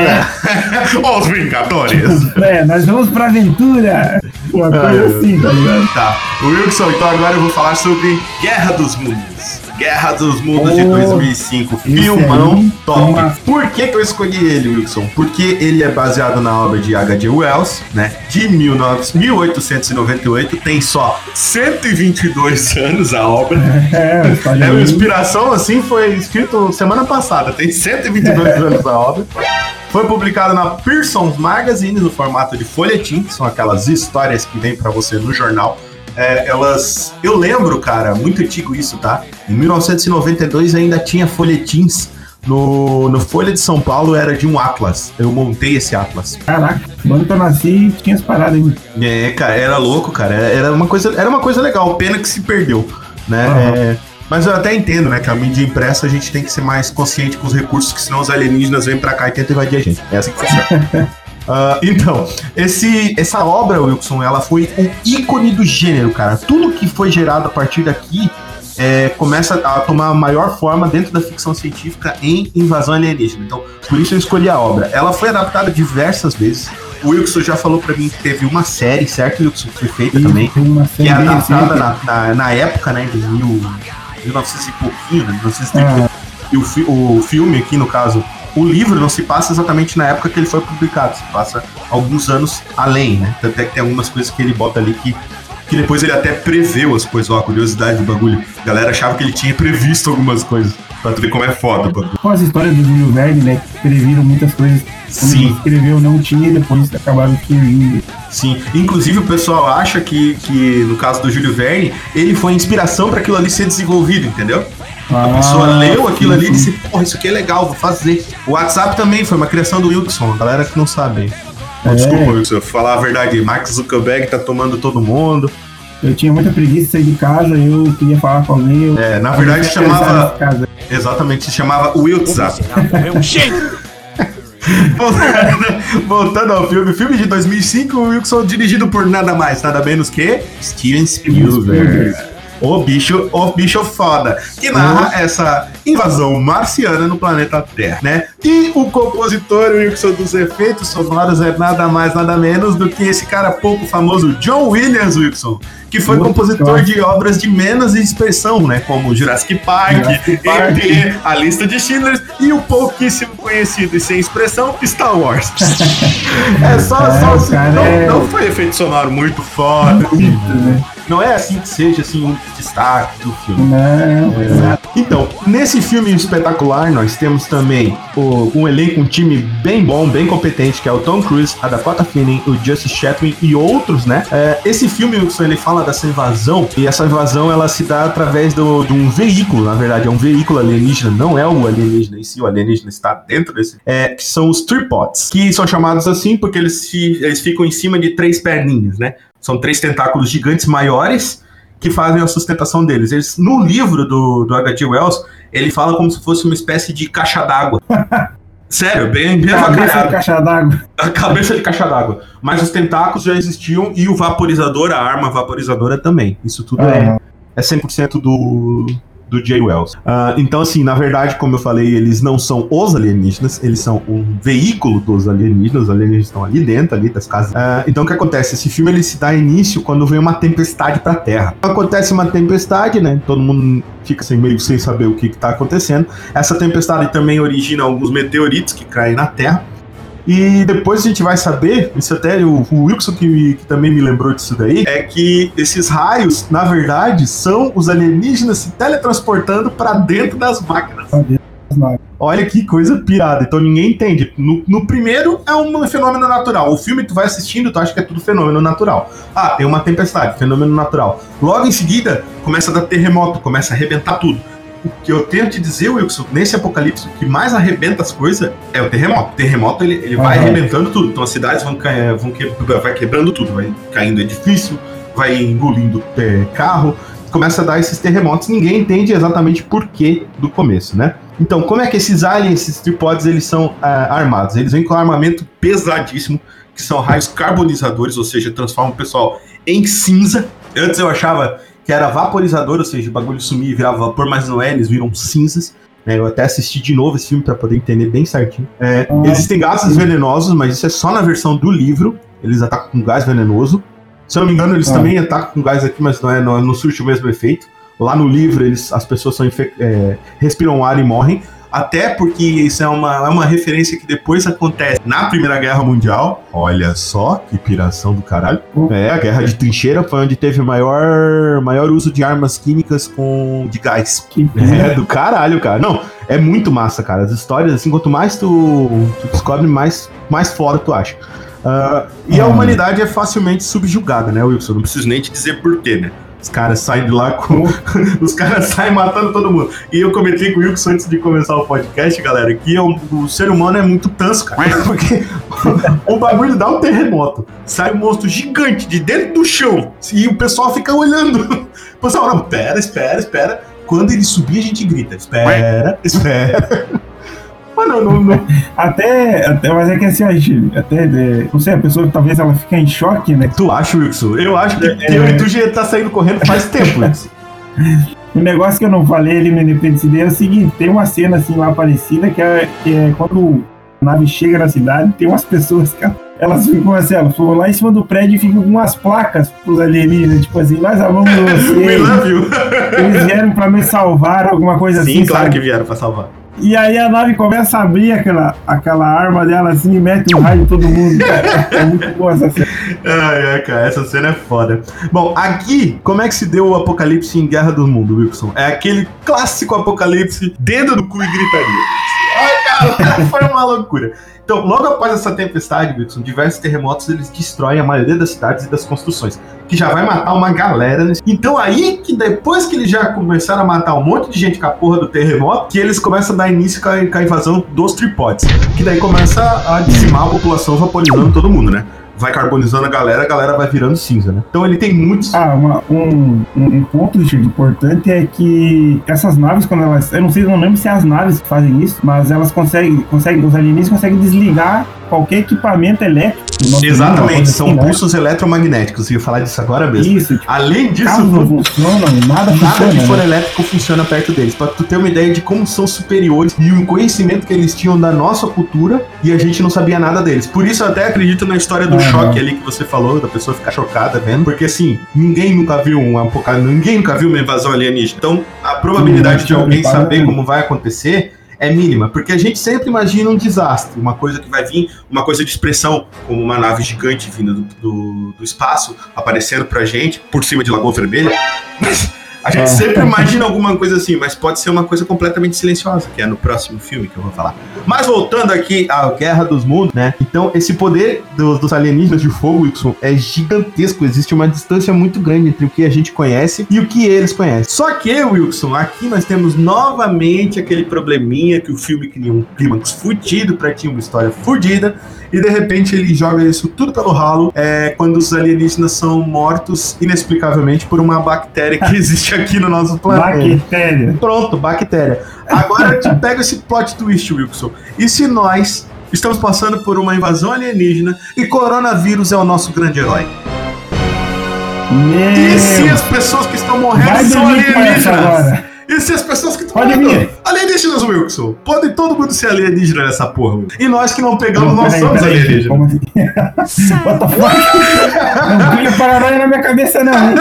A: Os Vingadores.
B: Tipo, nós vamos pra aventura. Uma coisa assim, tá ligado?
A: Tá. Wilson, então agora eu vou falar sobre Guerra dos Mundos. Guerra dos Mundos de 2005. Filmão top. Por que eu escolhi ele, Wilson? Porque ele é baseado na obra de H.G. Wells, né? De 1898. Tem só 122 anos a obra. A inspiração, assim, foi escrito semana passada. Tem 122 anos a obra. Foi publicado na Pearson's Magazine no formato de folhetim, que são aquelas histórias que vêm pra você no jornal. Eu lembro, cara, muito antigo isso, tá? Em 1992 ainda tinha folhetins no Folha de São Paulo, era de um atlas. Eu montei esse atlas.
B: Caraca, quando eu nasci tinha as paradas aí.
A: Cara, era louco, cara. Era uma coisa legal, pena que se perdeu, né? Mas eu até entendo, né, que a mídia impressa a gente tem que ser mais consciente com os recursos, que senão os alienígenas vêm pra cá e tentam invadir a gente. É assim que funciona. Então, essa obra, Wilson, ela foi um ícone do gênero, cara. Tudo que foi gerado a partir daqui começa a tomar maior forma dentro da ficção científica em invasão alienígena. Então, por isso eu escolhi a obra. Ela foi adaptada diversas vezes. O Wilson já falou pra mim que teve uma série, certo, Wilson? Que foi feita também. Que é adaptada na época, né, de 1900 e pouquinho, né, 1930. E o filme aqui, no caso... O livro não se passa exatamente na época que ele foi publicado, se passa alguns anos além, né? Tanto é que tem algumas coisas que ele bota ali que depois ele até preveu as coisas, a curiosidade do bagulho. A galera achava que ele tinha previsto algumas coisas, pra tu ver como é foda o bagulho.
B: Com as histórias do Júlio Verne, né, que previram muitas coisas.
A: Sim.
B: Ele escreveu, não tinha, e depois acabaram surgindo.
A: Sim, inclusive o pessoal acha que no caso do Júlio Verne, ele foi inspiração pra aquilo ali ser desenvolvido, entendeu? A pessoa leu aquilo ali e disse, porra, isso aqui é legal, vou fazer. O WhatsApp também foi uma criação do Wilson, a galera que não sabe. Desculpa, Wilson, eu vou falar a verdade, Mark Zuckerberg tá tomando todo mundo.
B: Eu tinha muita preguiça de sair de casa, eu queria falar com alguém.
A: Na verdade chamava... Exatamente, se chamava WhatsApp. Voltando ao filme de 2005, o Wilson dirigido por nada mais, nada menos que Steven Spielberg. O bicho foda, que narra essa invasão marciana no planeta Terra, né? E o compositor Wilson dos efeitos sonoros é nada mais, nada menos do que esse cara pouco famoso, John Williams, Wilson, que foi compositor de obras de menos expressão, né? Como Jurassic Park, E.T., A Lista de Schindler e o pouquíssimo conhecido e sem expressão, Star Wars. Não foi efeito sonoro muito foda. não é assim que seja assim, um destaque do filme.
B: Não.
A: Então, nesse filme espetacular, nós temos também um elenco, um time bem bom, bem competente, que é o Tom Cruise, a Dakota Fanning, o Justice Chatwin e outros, né? Esse filme, ele fala dessa invasão, e essa invasão, ela se dá através de um veículo, na verdade, é um veículo alienígena, não é o alienígena em si, o alienígena está dentro desse, que são os tripods, que são chamados assim porque eles ficam em cima de 3 perninhas, né? São 3 tentáculos gigantes maiores que fazem a sustentação deles. No livro do H.G. Wells, ele fala como se fosse uma espécie de caixa d'água. Sério, bem
B: Cabeça de caixa d'água.
A: A cabeça de caixa d'água. Mas os tentáculos já existiam e o vaporizador, a arma vaporizadora também. Isso tudo é 100% do J. Wells. Então, assim, na verdade, como eu falei, eles não são os alienígenas, eles são um veículo dos alienígenas, os alienígenas estão ali dentro, ali das casas. Então, o que acontece? Esse filme, ele se dá início quando vem uma tempestade pra Terra. Acontece uma tempestade, né? Todo mundo fica assim, meio sem saber o que tá acontecendo. Essa tempestade também origina alguns meteoritos que caem na Terra. E depois a gente vai saber, isso até o Wilson que também me lembrou disso daí, é que esses raios, na verdade, são os alienígenas se teletransportando pra dentro das máquinas. Olha que coisa pirada, então ninguém entende. No primeiro é um fenômeno natural. O filme tu vai assistindo, tu acha que é tudo fenômeno natural. Tem uma tempestade, fenômeno natural. Logo em seguida, começa a dar terremoto, começa a arrebentar tudo. O que eu tenho a te dizer, Wilson, nesse apocalipse, o que mais arrebenta as coisas é o terremoto. O terremoto, ele vai arrebentando tudo. Então as cidades vai quebrando tudo. Vai caindo edifício, vai engolindo carro. Começa a dar esses terremotos. Ninguém entende exatamente por que do começo, né? Então, como é que esses aliens, esses tripods, eles são armados? Eles vêm com um armamento pesadíssimo, que são raios carbonizadores, ou seja, transformam o pessoal em cinza. Antes eu achava que era vaporizador, ou seja, o bagulho sumia e virava vapor, mas não é, eles viram cinzas. Eu até assisti de novo esse filme para poder entender bem certinho. Existem gases venenosos, mas isso é só na versão do livro. Eles atacam com gás venenoso. Se eu não me engano, eles também atacam com gás aqui, mas não surte o mesmo efeito. Lá no livro, as pessoas respiram ar e morrem. Até porque isso é uma referência que depois acontece na Primeira Guerra Mundial. Olha só, que piração do caralho. A Guerra de Trincheira foi onde teve o maior uso de armas químicas de gás. Do caralho, cara. Não, é muito massa, cara. As histórias, assim, quanto mais tu descobre, mais foda tu acha. E a humanidade é facilmente subjugada, né, Wilson? Não preciso nem te dizer porquê, né? Os caras saem de lá os caras saem matando todo mundo. E eu comentei com o Wilson antes de começar o podcast, galera, que o ser humano é muito tanso, cara. Porque o bagulho dá um terremoto. Sai um monstro gigante de dentro do chão. E o pessoal fica olhando. O pessoal, não, espera. Quando ele subir, a gente grita. Espera. Mano, não.
B: Até, mas é que assim, não sei, a pessoa talvez ela fique em choque, né?
A: Tu acha, Wilson? Eu acho que eu e tu já tá saindo correndo faz tempo, Wilson.
B: O negócio que eu não falei ali no Independence Day é o seguinte, tem uma cena assim lá parecida que é quando a nave chega na cidade, tem umas pessoas que elas ficam assim, elas foram lá em cima do prédio e ficam com umas placas pros alienígenas, tipo assim, nós amamos vocês.
A: We love you.
B: Eles vieram pra me salvar, alguma coisa assim.
A: Sim, claro
B: sabe?
A: que vieram pra salvar.
B: E aí a nave começa a abrir aquela arma dela assim e mete um raio em todo mundo, cara. É muito boa essa cena.
A: Cara, essa cena é foda. Bom, aqui, como é que se deu o apocalipse em Guerra do Mundo, Wilson? É aquele clássico apocalipse, dedo no cu e gritaria. Ai, cara, foi uma loucura. Então, logo após essa tempestade, Wilson, diversos terremotos, eles destroem a maioria das cidades e das construções, que já vai matar uma galera. Então aí, que depois que eles já começaram a matar um monte de gente com a porra do terremoto, que eles começam a dar início com a invasão dos tripods, que daí começa a dizimar a população, vaporizando todo mundo, né? Vai carbonizando a galera vai virando cinza, né? Então ele tem muitos...
B: Um ponto importante é que essas naves, quando elas... Eu não lembro se é as naves que fazem isso, mas elas conseguem os alienígenas conseguem desligar qualquer equipamento elétrico.
A: Exatamente, são pulsos eletromagnéticos, eu ia falar disso agora mesmo.
B: Isso, tipo,
A: além disso,
B: carros não funcionam, nada
A: que for elétrico funciona perto deles, pra tu ter uma ideia de como são superiores e o conhecimento que eles tinham da nossa cultura e a gente não sabia nada deles. Por isso eu até acredito na história do choque ali que você falou, da pessoa ficar chocada vendo, porque assim, ninguém nunca viu um apocalipse, ninguém nunca viu uma invasão alienígena. Então, a probabilidade de alguém saber como vai acontecer é mínima, porque a gente sempre imagina um desastre, uma coisa que vai vir, uma coisa de expressão, como uma nave gigante vindo do espaço, aparecendo pra gente, por cima de Lagoa Vermelha. A gente sempre imagina alguma coisa assim, mas pode ser uma coisa completamente silenciosa, que é no próximo filme que eu vou falar. Mas voltando aqui à Guerra dos Mundos, né? Então, esse poder dos alienígenas de fogo, Wilson, é gigantesco. Existe uma distância muito grande entre o que a gente conhece e o que eles conhecem. Só que, Wilson, aqui nós temos novamente aquele probleminha que o filme cria um clímax fudido pra ti, uma história fudida, e de repente ele joga isso tudo pelo ralo quando os alienígenas são mortos inexplicavelmente por uma bactéria que existe aqui no nosso planeta.
B: Bactéria.
A: Pronto, bactéria. Agora eu te pego esse plot twist, Wilson. E se nós estamos passando por uma invasão alienígena e coronavírus é o nosso grande herói? E se as pessoas que estão morrendo são alienígenas? E se as pessoas que estão morrendo alienígenas, Wilson? Pode todo mundo ser alienígena nessa porra, Wilson. E nós que não pegamos, nós somos alienígenas.
B: Como assim? What the fuck? Não cria paranoia na minha cabeça, não.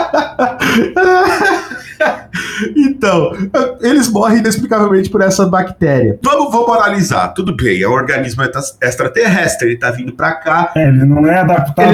A: Então, eles morrem inexplicavelmente por essa bactéria. Vamos analisar. Tudo bem, é um organismo extraterrestre, ele tá vindo pra cá.
B: Ele não é adaptado,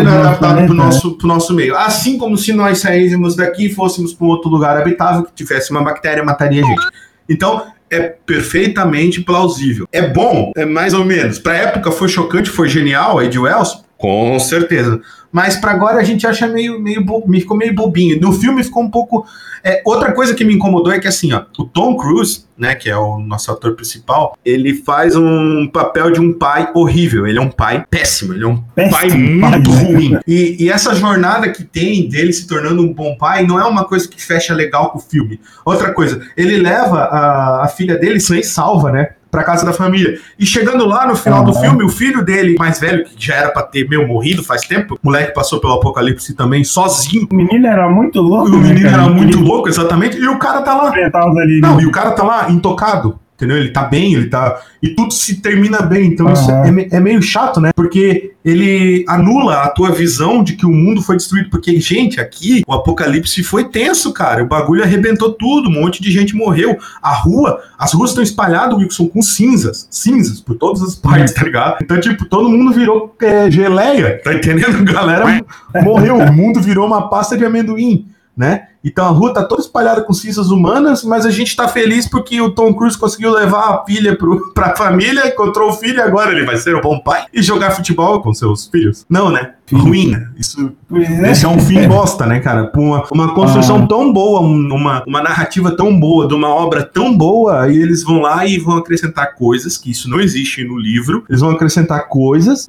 A: pro nosso meio. Assim como se nós saíssemos daqui e fôssemos pra um outro lugar habitável que tivesse uma bactéria, mataria a gente. Então, é perfeitamente plausível. É bom? É mais ou menos. Pra época foi chocante, foi genial, aí de Wells? Com certeza. Mas pra agora a gente acha ficou meio bobinho. No filme ficou um pouco... outra coisa que me incomodou é que assim, ó, o Tom Cruise, né, que é o nosso ator principal, ele faz um papel de um pai horrível. Ele é um pai péssimo, ele é um pai muito ruim. E essa jornada que tem dele se tornando um bom pai não é uma coisa que fecha legal com o filme. Outra coisa, ele leva a filha dele sã e salva, né, pra casa da família. E chegando lá no final do filme, o filho dele, mais velho, que já era pra ter morrido faz tempo, o moleque passou pelo apocalipse também, sozinho.
B: O menino era muito louco.
A: O menino era muito louco, exatamente. E o cara tá lá.
B: Não,
A: e o cara tá lá, intocado. Entendeu? Ele tá bem, ele tá... E tudo se termina bem. Então isso é meio chato, né? Porque ele anula a tua visão de que o mundo foi destruído. Porque, gente, aqui o apocalipse foi tenso, cara. O bagulho arrebentou tudo, um monte de gente morreu. As ruas estão espalhadas, Wilson, com cinzas por todas as partes, tá ligado? Então, tipo, todo mundo virou geleia, tá entendendo? A galera morreu, o mundo virou uma pasta de amendoim, né? Então a rua tá toda espalhada com cinzas humanas, mas a gente tá feliz porque o Tom Cruise conseguiu levar a filha pra família, encontrou o filho e agora ele vai ser um bom pai e jogar futebol com seus filhos. Não, né? Ruim, né? Esse é um fim bosta, né, cara? Uma construção tão boa, uma narrativa tão boa, de uma obra tão boa, aí eles vão lá e vão acrescentar coisas, que isso não existe no livro, eles vão acrescentar coisas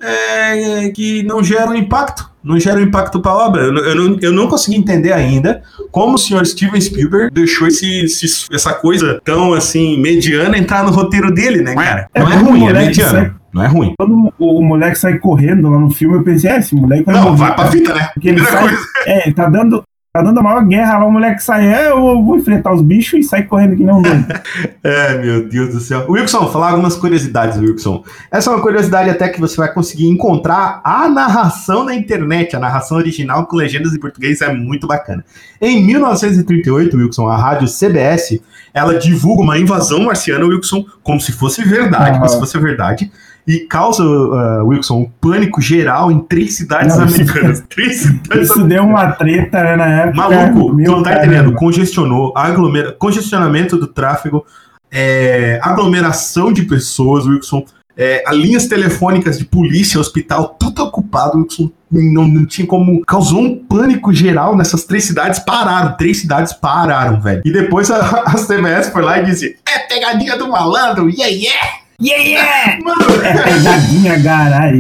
A: que não geram impacto. Não gera impacto pra obra. Eu não consegui entender ainda como o senhor Steven Spielberg deixou essa coisa tão, assim, mediana entrar no roteiro dele, né, cara? Não é ruim, é mediano. Não é ruim.
B: Quando o moleque sai correndo lá no filme, eu pensei, esse moleque vai morrer,
A: vai pra fita, né?
B: Porque ele sai, ele tá dando a maior guerra lá, o moleque sai, eu vou enfrentar os bichos e sai correndo que não doido.
A: Meu Deus do céu. Wilson, vou falar algumas curiosidades, Wilson. Essa é uma curiosidade até que você vai conseguir encontrar a narração na internet, a narração original com legendas em português é muito bacana. Em 1938, Wilson, a rádio CBS, ela divulga uma invasão marciana, Wilson, como se fosse verdade, e causa, Wilson, um pânico geral em 3 cidades americanas. 3 cidades
B: Isso
A: americanas.
B: deu uma treta, né, na época.
A: Maluco, tu não tá entendendo. Congestionou, congestionamento do tráfego, aglomeração de pessoas, Wilson, linhas telefônicas de polícia, hospital, tudo ocupado, Wilson. Não tinha como. Causou um pânico geral nessas 3 cidades. Pararam. 3 cidades pararam, velho. E depois a CBS foi lá e disse: é pegadinha do malandro, yeah!
B: Mano, pegadinha garai.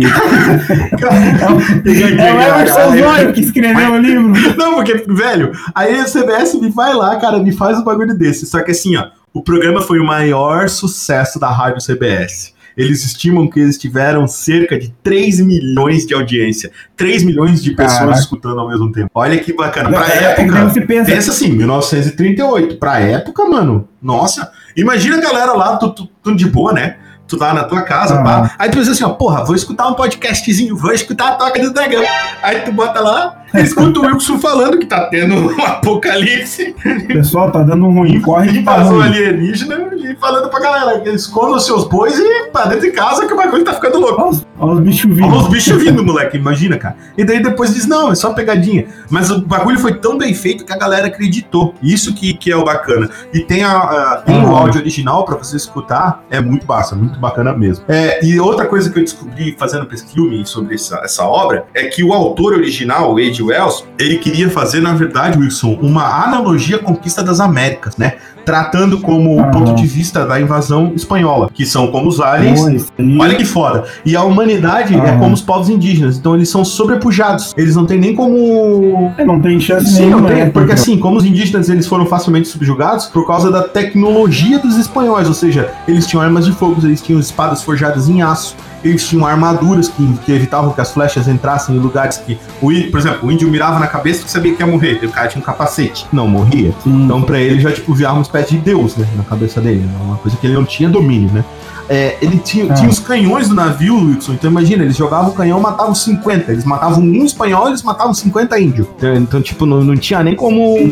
B: É o Emerson Zóio que escreveu o livro.
A: Não, porque, velho, aí a CBS me vai lá, cara, me faz um bagulho desse. Só que assim, ó, o programa foi o maior sucesso da rádio CBS. Eles estimam que eles tiveram cerca de 3 milhões de audiência. 3 milhões de pessoas escutando ao mesmo tempo. Olha que bacana. Pra época, pensa assim, 1938. Pra época, mano, nossa. Imagina a galera lá, tudo de boa, né? tu tá na tua casa, pá. Aí tu pensa assim, ó, porra, vou escutar um podcastzinho, vou escutar a Toca do Dragão. Aí tu bota lá, escuta o Wilson falando que tá tendo um apocalipse.
B: O pessoal tá dando um ruim, corre que tá
A: Invasão
B: ruim.
A: alienígena e falando pra galera que escondam os seus bois e pra dentro de casa que o bagulho tá ficando louco.
B: Olha os bichos vindo.
A: Olha os bichos vindo, moleque, imagina, cara. E daí depois diz, não, é só pegadinha. Mas o bagulho foi tão bem feito que a galera acreditou. Isso que é o bacana. E tem, tem o áudio original pra você escutar, é muito massa, muito bacana mesmo. E outra coisa que eu descobri fazendo filme sobre essa obra, é que o autor original, o H.G. Wells, ele queria fazer, na verdade, Wilson, uma analogia à conquista das Américas, né? Tratando como o ponto de vista da invasão espanhola, que são como os aliens. Olha que foda. E a humanidade é como os povos indígenas, então eles são sobrepujados. Eles não têm nem como...
B: Não tem chance nenhuma.
A: Não tem, porque assim, como os indígenas eles foram facilmente subjugados por causa da tecnologia dos espanhóis, ou seja, eles tinham armas de fogo, eles tinham espadas forjadas em aço, eles tinham armaduras que evitavam que as flechas entrassem em lugares que, por exemplo, o índio mirava na cabeça e sabia que ia morrer, o cara tinha um capacete, não morria. Então pra ele já virava uma espécie de deus, né, na cabeça dele, uma coisa que ele não tinha domínio, né. Ele tinha os canhões do navio, Wilson, então imagina, eles jogavam o canhão, matavam 50, eles matavam um espanhol, eles matavam 50 índios. Então tipo, não tinha nem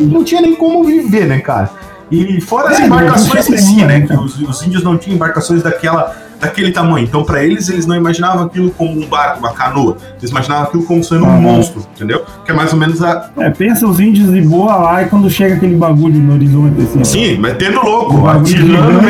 A: como viver, né, cara. E fora as embarcações em si, né, que os índios não tinham embarcações daquele tamanho. Então, pra eles não imaginavam aquilo como um barco, uma canoa. Eles imaginavam aquilo como sendo um monstro, entendeu? Que é mais ou menos a...
B: pensa os índios de boa lá e quando chega aquele bagulho no horizonte, assim.
A: Sim, metendo louco, atirando,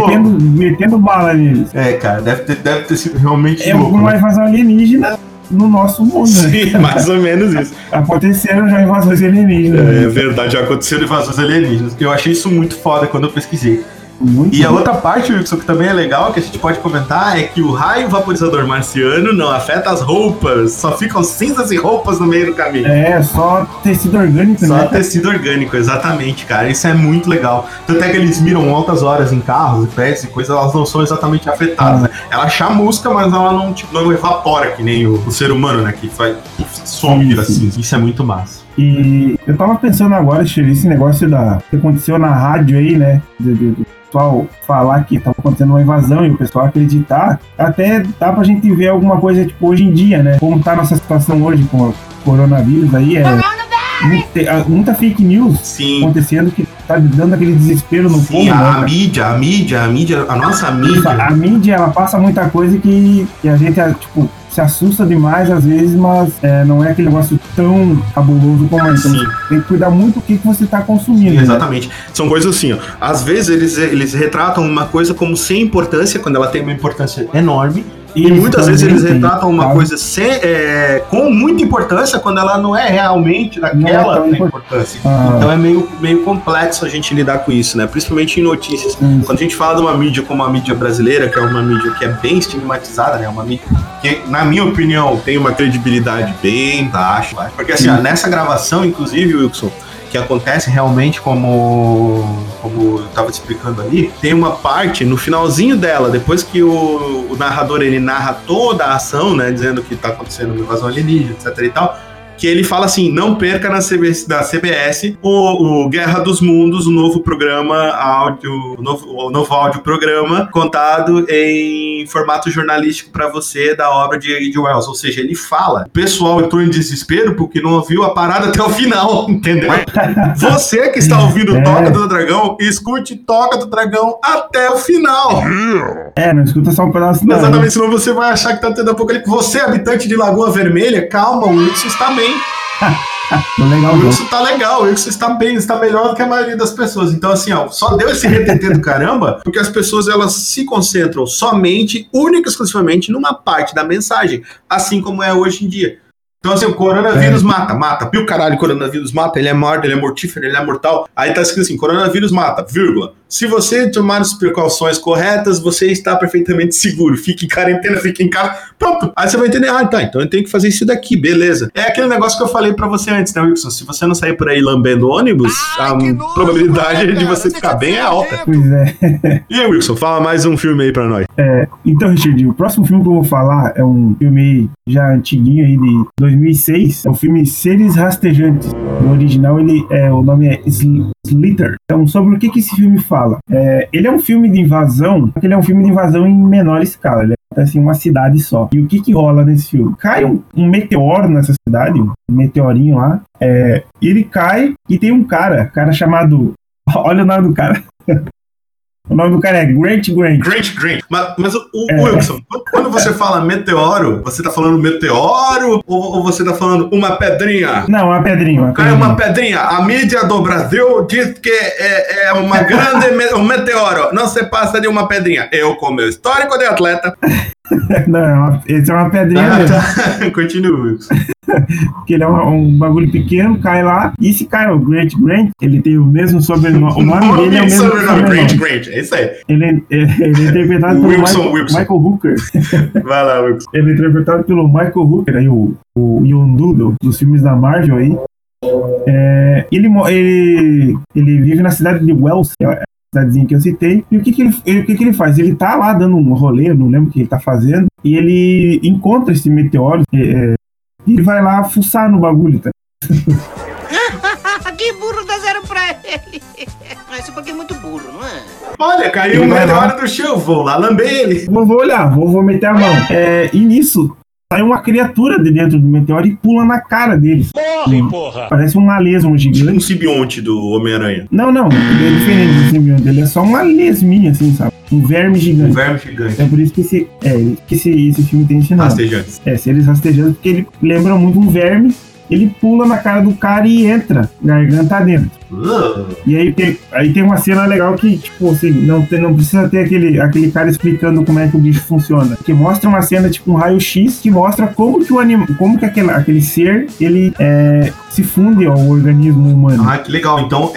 B: metendo bala neles.
A: Cara, deve ter sido realmente
B: louco. É uma invasão alienígena no nosso mundo,
A: Sim,
B: né?
A: mais ou menos isso.
B: Aconteceram já invasões alienígenas.
A: É verdade, já aconteceram invasões alienígenas. Eu achei isso muito foda quando eu pesquisei.
B: Muito
A: a outra parte, Wilson, que também é legal, que a gente pode comentar, é que o raio vaporizador marciano não afeta as roupas, só ficam cinzas e roupas no meio do caminho.
B: Só tecido orgânico,
A: só
B: né?
A: Só tecido orgânico, exatamente, cara. Isso é muito legal. Tanto é que eles miram altas horas em carros, pets e coisas, elas não são exatamente afetadas, né? Ela chamusca, mas ela não evapora, que nem o ser humano, né? Que faz some assim. Isso é muito massa.
B: E eu tava pensando agora, esse negócio que aconteceu na rádio aí, né? Do pessoal falar que tava acontecendo uma invasão e o pessoal acreditar, até dá pra gente ver alguma coisa, tipo, hoje em dia, né? Como tá a nossa situação hoje com o coronavírus aí, muita fake news acontecendo que tá dando aquele desespero no povo.
A: A nossa mídia.
B: A mídia, ela passa muita coisa que a gente, tipo, se assusta demais às vezes, mas não é aquele negócio tão cabuloso como é. Então tem que cuidar muito do que você tá consumindo.
A: Exatamente. Né? São coisas assim, ó. Às vezes eles retratam uma coisa como sem importância, quando ela tem uma importância enorme. E muitas vezes eles retratam uma coisa com muita importância quando ela não é realmente daquela importância. Então é meio complexo a gente lidar com isso, né? Principalmente em notícias. Quando a gente fala de uma mídia como a mídia brasileira, que é uma mídia que é bem estigmatizada, né? Uma mídia que, na minha opinião, tem uma credibilidade bem baixa. Porque assim, nessa gravação, inclusive, Wilson, que acontece realmente como eu estava te explicando ali, tem uma parte no finalzinho dela, depois que o narrador ele narra toda a ação, né, dizendo que está acontecendo uma invasão alienígena, etc e tal, que ele fala assim, não perca na CBS o Guerra dos Mundos, o novo programa o novo áudio programa contado em formato jornalístico para você da obra de H.G. Wells. Ou seja, ele fala, o pessoal entrou em desespero porque não ouviu a parada até o final, entendeu? Você que está ouvindo Toca do Dragão, escute Toca do Dragão até o final.
B: Não escuta só um pedaço.
A: Exatamente, senão você vai achar que tá tendo apocalipse. Você, habitante de Lagoa Vermelha, calma, o Wilson está bem.
B: Legal,
A: o Wilson tá legal, o Wilson está bem, está melhor do que a maioria das pessoas. Então, assim, ó, só deu esse retetê do caramba, porque as pessoas elas se concentram somente, única e exclusivamente, numa parte da mensagem, assim como é hoje em dia. Então, assim, o coronavírus mata. Piu, caralho, o coronavírus mata, ele é morto, ele é mortífero, ele é mortal. Aí tá escrito assim, coronavírus mata, vírgula. Se você tomar as precauções corretas, você está perfeitamente seguro. Fique em quarentena, fique em casa. Pronto. Aí você vai entender, então eu tenho que fazer isso daqui, beleza. É aquele negócio que eu falei pra você antes, né, Wilson? Se você não sair por aí lambendo ônibus, a probabilidade de você ficar bem é alta.
B: Pois é.
A: E aí, Wilson, fala mais um filme aí pra nós.
B: Então, Richard, o próximo filme que eu vou falar é um filme já antiguinho aí de 2006. É o filme Seres Rastejantes. No original, o nome é Slither. Então, sobre o que esse filme fala? Ele é um filme de invasão, só que ele é um filme de invasão em menor escala. Ele acontece em uma cidade só. E o que rola nesse filme? Cai um meteoro nessa cidade, um meteorinho lá. Ele cai e tem um cara chamado... Olha o nome do cara. O nome do cara é Grant.
A: Mas o Wilson, quando você fala meteoro, você tá falando meteoro ou você tá falando uma pedrinha?
B: Não, uma pedrinha.
A: Caiu uma pedrinha. A mídia do Brasil diz que é uma grande um meteoro. Não se passa de uma pedrinha. Eu, com meu histórico de atleta...
B: Não, esse é uma pedrinha mesmo.
A: Tá. Continua, Wilson.
B: Porque ele é um bagulho pequeno, cai lá. E esse cara, o Grant, ele tem o mesmo sobrenome. O nome dele é o mesmo sobrenome.
A: Grant, é isso aí.
B: Ele é interpretado pelo Michael Hooker.
A: Vai lá, Wilson.
B: Ele é interpretado pelo Michael Hooker, aí, o Yondu dos filmes da Marvel aí. Ele vive na cidade de Wells, que é a cidadezinha que eu citei. E o que ele faz? Ele tá lá dando um rolê, eu não lembro o que ele tá fazendo, e ele encontra esse meteoro, e ele vai lá fuçar no bagulho, tá?
G: Que burro, dá 0 pra ele. Esse porque é muito burro, não é?
A: Olha, caiu um meteoro do chão, vou lá lamber ele.
B: Vou olhar, vou meter a mão. E nisso, sai uma criatura de dentro do meteoro e pula na cara dele.
H: Morre, porra!
B: Parece uma lesma gigante.
A: Um simbionte do Homem-Aranha.
B: Não, ele é diferente do simbionte. Ele é só uma lesminha, assim, sabe? Um verme gigante. É por isso que esse filme tem esse nome.
A: Rastejantes.
B: Seres rastejantes, porque ele lembra muito um verme. Ele pula na cara do cara e entra, garganta dentro. E aí tem uma cena legal que, tipo assim, não precisa ter aquele cara explicando como é que o bicho funciona. Que mostra uma cena, tipo um raio-x, que mostra como que aquele ser, ele se funde ao organismo humano.
A: Ah, que legal. Então,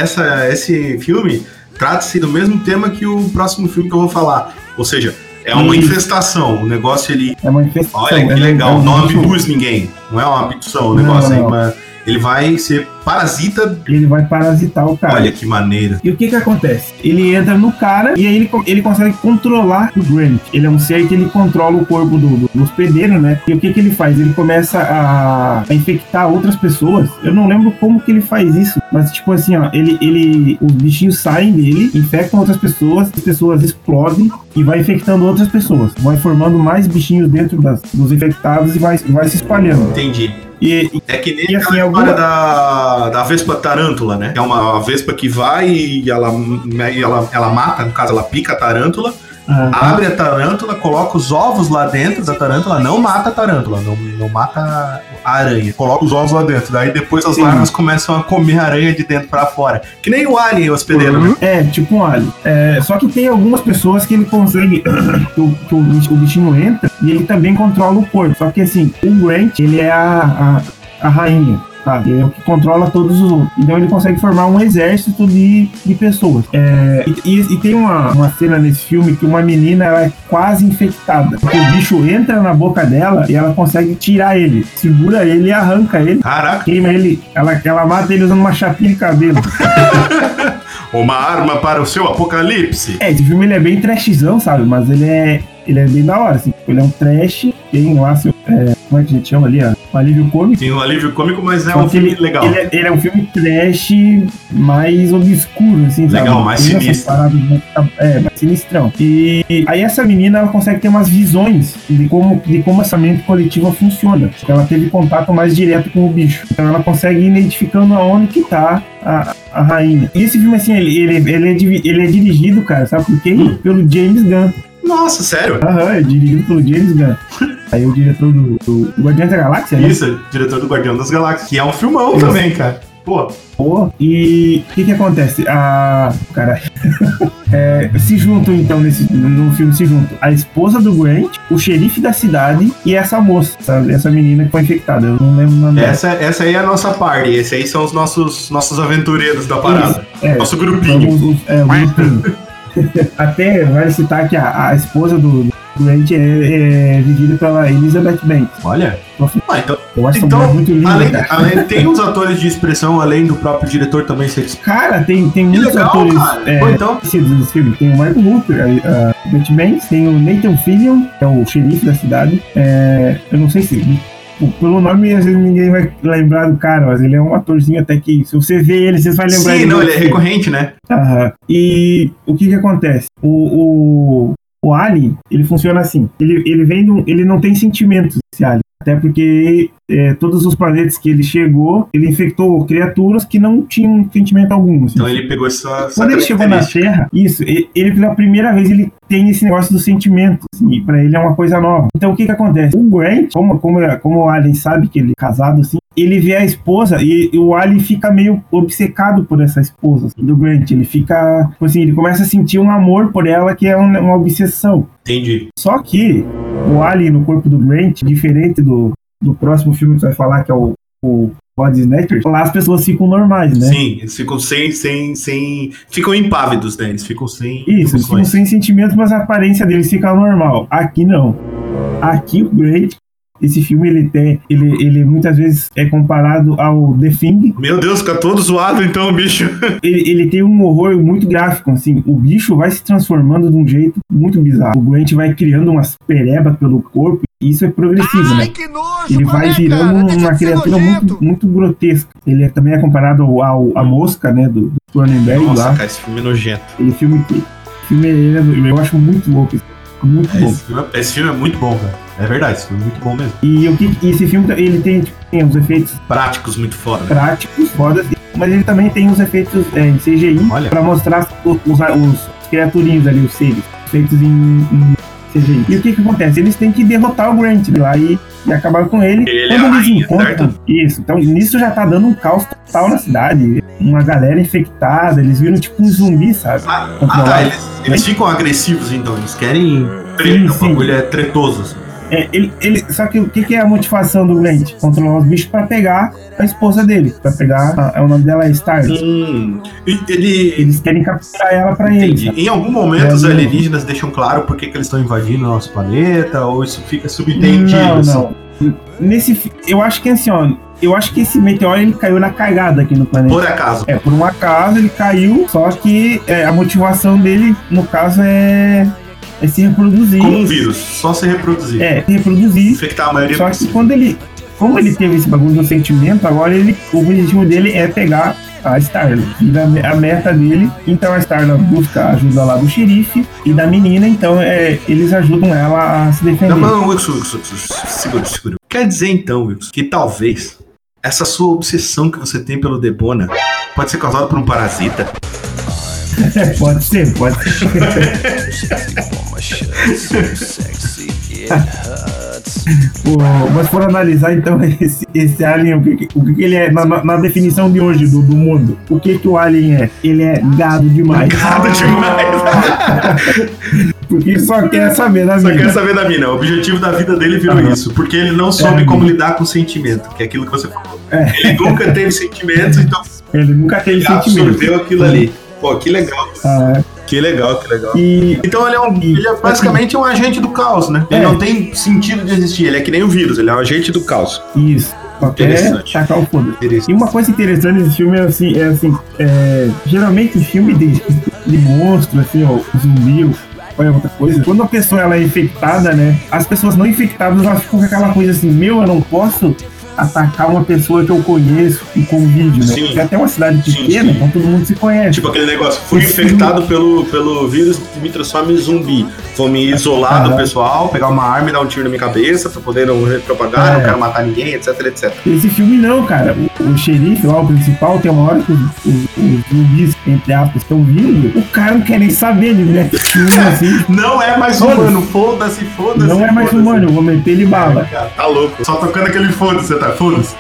A: esse filme trata-se do mesmo tema que o próximo filme que eu vou falar. Ou seja, é uma infestação. O negócio, ele...
B: É uma infestação.
A: Olha que legal. Não abduz ninguém. Não é uma abdução o negócio aí, mas ele vai ser parasita.
B: Ele vai parasitar o cara.
A: Olha que maneiro.
B: E o que acontece? Ele entra no cara e aí ele consegue controlar o Grant. Ele é um ser que ele controla o corpo do hospedeiro, né? E o que ele faz? Ele começa a infectar outras pessoas. Eu não lembro como que ele faz isso, mas tipo assim, ó, os bichinhos saem dele, infectam outras pessoas, as pessoas explodem e vai infectando outras pessoas. Vai formando mais bichinhos dentro dos infectados e vai se espalhando.
A: Entendi. É que nem
B: assim,
A: a história da Vespa tarântula, né? É uma vespa que vai e ela mata, no caso ela pica a tarântula, abre a tarântula, coloca os ovos lá dentro da tarântula, não mata a tarântula, não mata a aranha, coloca os ovos lá dentro, daí depois as larvas começam a comer a aranha de dentro pra fora. Que nem o Alien hospedeiro, né?
B: É, tipo um Alien. Só que tem algumas pessoas que ele consegue, que o bichinho entra e ele também controla o corpo. Só que assim, o Grant, ele é a rainha. Tá, ele é o que controla todos os outros. Então ele consegue formar um exército de pessoas. E tem uma cena nesse filme que uma menina ela é quase infectada. Porque o bicho entra na boca dela e ela consegue tirar ele. Segura ele e arranca ele.
A: Caraca.
B: Queima ele. Ela mata ele usando uma chapinha de cabelo.
A: Uma arma para o seu apocalipse.
B: Esse filme ele é bem trashzão, sabe? Mas ele é bem da hora, assim. Ele é um trash, tem lá seu... como é que a gente chama ali? Um alívio cômico.
A: Tem um alívio cômico, mas é um filme legal.
B: Ele é um filme trash mais obscuro, assim, sabe?
A: Legal, mais sinistro.
B: Mais sinistrão. E aí essa menina, ela consegue ter umas visões de como essa mente coletiva funciona. Porque ela teve contato mais direto com o bicho. Então ela consegue ir identificando aonde que tá a rainha. E esse filme, assim, ele é dirigido, cara, sabe por quê? Pelo James Gunn.
A: Nossa, sério?
B: É dirigido pelo James Gunn. Aí o diretor do Guardião da Galáxia, né?
A: Isso, diretor do Guardião das Galáxias, que é um filmão também, cara. Pô, e o que acontece? Se juntam então no filme, se juntam a esposa do Grant, o xerife da cidade e essa moça, sabe? Essa menina que foi infectada. Eu não lembro o nome dela. Essa aí é a nossa party, esse aí são os nossos aventureiros da parada. Nosso grupinho.
B: O grupinho. Até vale citar que a esposa do Grant é vivida pela Elizabeth Banks.
A: Olha. Então,
B: eu acho essa mulher muito linda.
A: Além, tem uns atores de expressão, além do próprio diretor também.
B: Cara, tem muitos
A: legal,
B: atores
A: então.
B: desse filme. Tem o Michael Hooper, a Elizabeth Banks, tem o Nathan Fillion, que é o xerife da cidade. Eu não sei se pelo nome, às vezes ninguém vai lembrar do cara, mas ele é um atorzinho até que, se você ver ele, você vai lembrar.
A: Sim, não, ele é recorrente, né?
B: Aham. E o que acontece? O Alien, ele funciona assim. Ele vem ele não tem sentimentos, esse Alien. Até porque todos os planetas que ele chegou, ele infectou criaturas que não tinham sentimento algum. Assim.
A: Então ele pegou essa
B: Quando ele chegou na Terra, isso, ele pela primeira vez ele tem esse negócio do sentimento, assim, e pra ele é uma coisa nova. Então o que acontece? O Grant, como o Alien sabe que ele é casado, assim, ele vê a esposa e o Alien fica meio obcecado por essa esposa assim, do Grant. Ele fica, assim, ele começa a sentir um amor por ela que é uma obsessão.
A: Entendi.
B: Só que o Alien no corpo do Grant, diferente do próximo filme que você vai falar, que é o Body Snatchers, lá as pessoas ficam normais, né?
A: Sim, eles ficam sem ficam impávidos, né? Eles ficam sem
B: isso, eles ficam sem sentimentos, mas a aparência deles fica normal. Aqui não. Aqui o Grant, esse filme ele muitas vezes é comparado ao The Thing.
A: Meu Deus, fica todo zoado então o bicho.
B: Ele tem um horror muito gráfico, assim. O bicho vai se transformando de um jeito muito bizarro. O Grant vai criando umas perebas pelo corpo. E isso é progressivo, né?
D: Que nojo,
B: Ele vai virando uma criatura muito grotesca. Ele também é comparado à mosca, né? Do Cronenberg.
A: Nossa,
B: lá.
A: Cara, esse filme é nojento.
B: Eu acho muito louco. Muito bom.
A: Esse filme é muito bom, velho. É verdade, esse filme é muito bom mesmo.
B: E esse filme, ele tem os efeitos
A: práticos muito foda.
B: Práticos, fodas, mas ele também tem os efeitos em CGI.
A: Olha.
B: Pra mostrar os criaturinhos ali, os seres, feitos em CGI. E o que acontece? Eles têm que derrotar o Grant lá e acabar com ele. Quando eles encontram, certo? Isso. Então, nisso já tá dando um caos total na cidade. Uma galera infectada, eles viram tipo um zumbi, sabe?
A: Eles ficam agressivos, então. Eles querem treta, o bagulho é tretoso, assim.
B: Só que o que é a motivação do Grant? Controlar os bichos pra pegar a esposa dele. Pra pegar. O nome dela é Star. Eles querem capturar ela pra ele.
A: Em algum momento os alienígenas deixam claro por que eles estão invadindo o nosso planeta, ou isso fica subentendido?
B: Não. Eu acho que assim, ó. Eu acho que esse meteoro ele caiu na cagada aqui no planeta.
A: Por acaso.
B: Por um acaso ele caiu, só que a motivação dele, no caso, é se reproduzir.
A: Como um vírus, só se reproduzir.
B: Se reproduzir.
A: Infectar a maioria.
B: Só que como ele teve esse bagulho do sentimento, agora o objetivo dele é pegar a Starla. E a meta dele, então a Starla busca a ajuda lá do xerife e da menina, então eles ajudam ela a se defender.
A: Não, Wilson, segura. Quer dizer então, Wilson, que talvez essa sua obsessão que você tem pelo Debona pode ser causada por um parasita?
B: Pode ser. Mas por analisar então esse alien, o que ele é na definição de hoje do mundo, o que o alien é? Ele é gado demais. Porque ele só quer saber da mina.
A: O objetivo da vida dele virou isso. Porque ele não soube como lidar com o sentimento, que é aquilo que você falou. Ele nunca teve sentimentos, então.
B: Ele nunca teve sentimento.
A: Absorveu aquilo ali. Pô, que legal. Que legal. Então ele é basicamente um agente do caos, né? Ele não tem sentido de existir. Ele é que nem o vírus, ele é um agente do caos.
B: Isso.
A: Interessante.
B: Tacar o foda. E uma coisa interessante desse filme geralmente o filme de monstro, assim, ó, zumbi, ou outra coisa, quando a pessoa ela é infectada, né? As pessoas não infectadas, elas ficam com aquela coisa assim, eu não posso atacar uma pessoa que eu conheço e convive, né?
A: Sim.
B: Porque até uma cidade pequena, então todo mundo se conhece.
A: Tipo aquele negócio, fui infectado pelo vírus que me transforma em zumbi. Vou me isolar do pessoal, pegar uma arma e dar um tiro na minha cabeça pra poder não propagar, não quero matar ninguém, etc.
B: Esse filme não, cara. O xerife lá, o principal, tem uma hora que os zumbis, entre aspas, estão vindo, o cara não quer nem saber, né? Assim.
A: Não é mais humano, foda-se.
B: Não é mais humano, eu vou meter ele bala.
A: Cara, tá louco. Só tocando aquele foda-se, tá? Foda-se.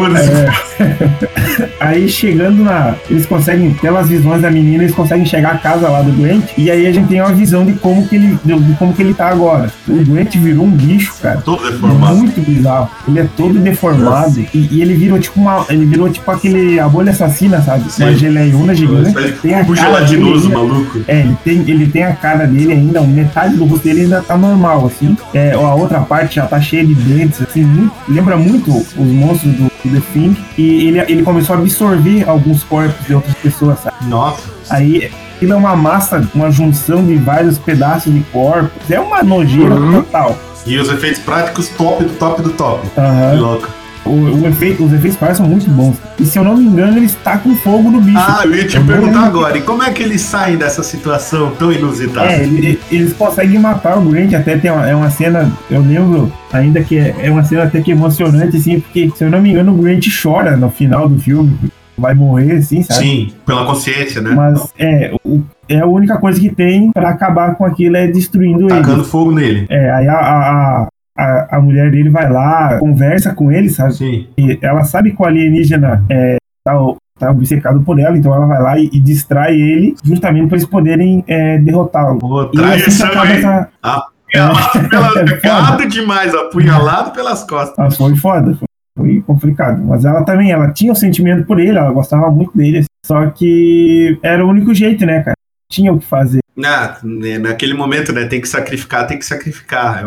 B: Aí chegando eles conseguem, pelas visões da menina, eles conseguem chegar à casa lá do Grant. E aí a gente tem uma visão de como que ele tá agora. O Grant virou um bicho, cara.
A: Todo deformado.
B: Muito bizarro. Ele é todo deformado. E ele virou tipo aquele a bolha assassina, sabe?
A: Sim.
B: Uma geleiona gigante.
A: Tem a gelatinoso, maluco.
B: Ele tem a cara dele ainda, metade do rosto dele ainda tá normal, assim. A outra parte já tá cheia de dentes, assim, lembra muito os monstros do The Thing, e ele começou a absorver alguns corpos de outras pessoas, sabe?
A: Nossa.
B: Aí Aquilo é uma massa, uma junção de vários pedaços de corpos. É uma nojeira total.
A: E os efeitos práticos top do top do top.
B: Aham.
A: Que louco.
B: Os efeitos práticos são muito bons. E se eu não me engano, eles tacam fogo no bicho.
A: Ah, eu ia te perguntar agora, e como é que eles saem dessa situação tão inusitada?
B: Eles conseguem matar o Grant, até tem uma cena, eu lembro ainda que é uma cena até que emocionante, assim, porque, se eu não me engano, o Grant chora no final do filme, vai morrer, assim, sabe?
A: Sim, pela consciência, né?
B: Mas a única coisa que tem pra acabar com aquilo é destruindo ele.
A: Tacando fogo nele.
B: Aí a mulher dele vai lá, conversa com ele, sabe?
A: Sim.
B: E ela sabe que o alienígena tá obcecado por ela, então ela vai lá e distrai ele, justamente para eles poderem derrotá-lo.
A: E assim acaba essa... Apunhalado demais, apunhalado pelas costas.
B: Ah, foi foda, foi complicado. Mas ela também, ela tinha um sentimento por ele, ela gostava muito dele. Só que era o único jeito, né, cara? Tinha o que fazer.
A: Naquele momento, né, tem que sacrificar.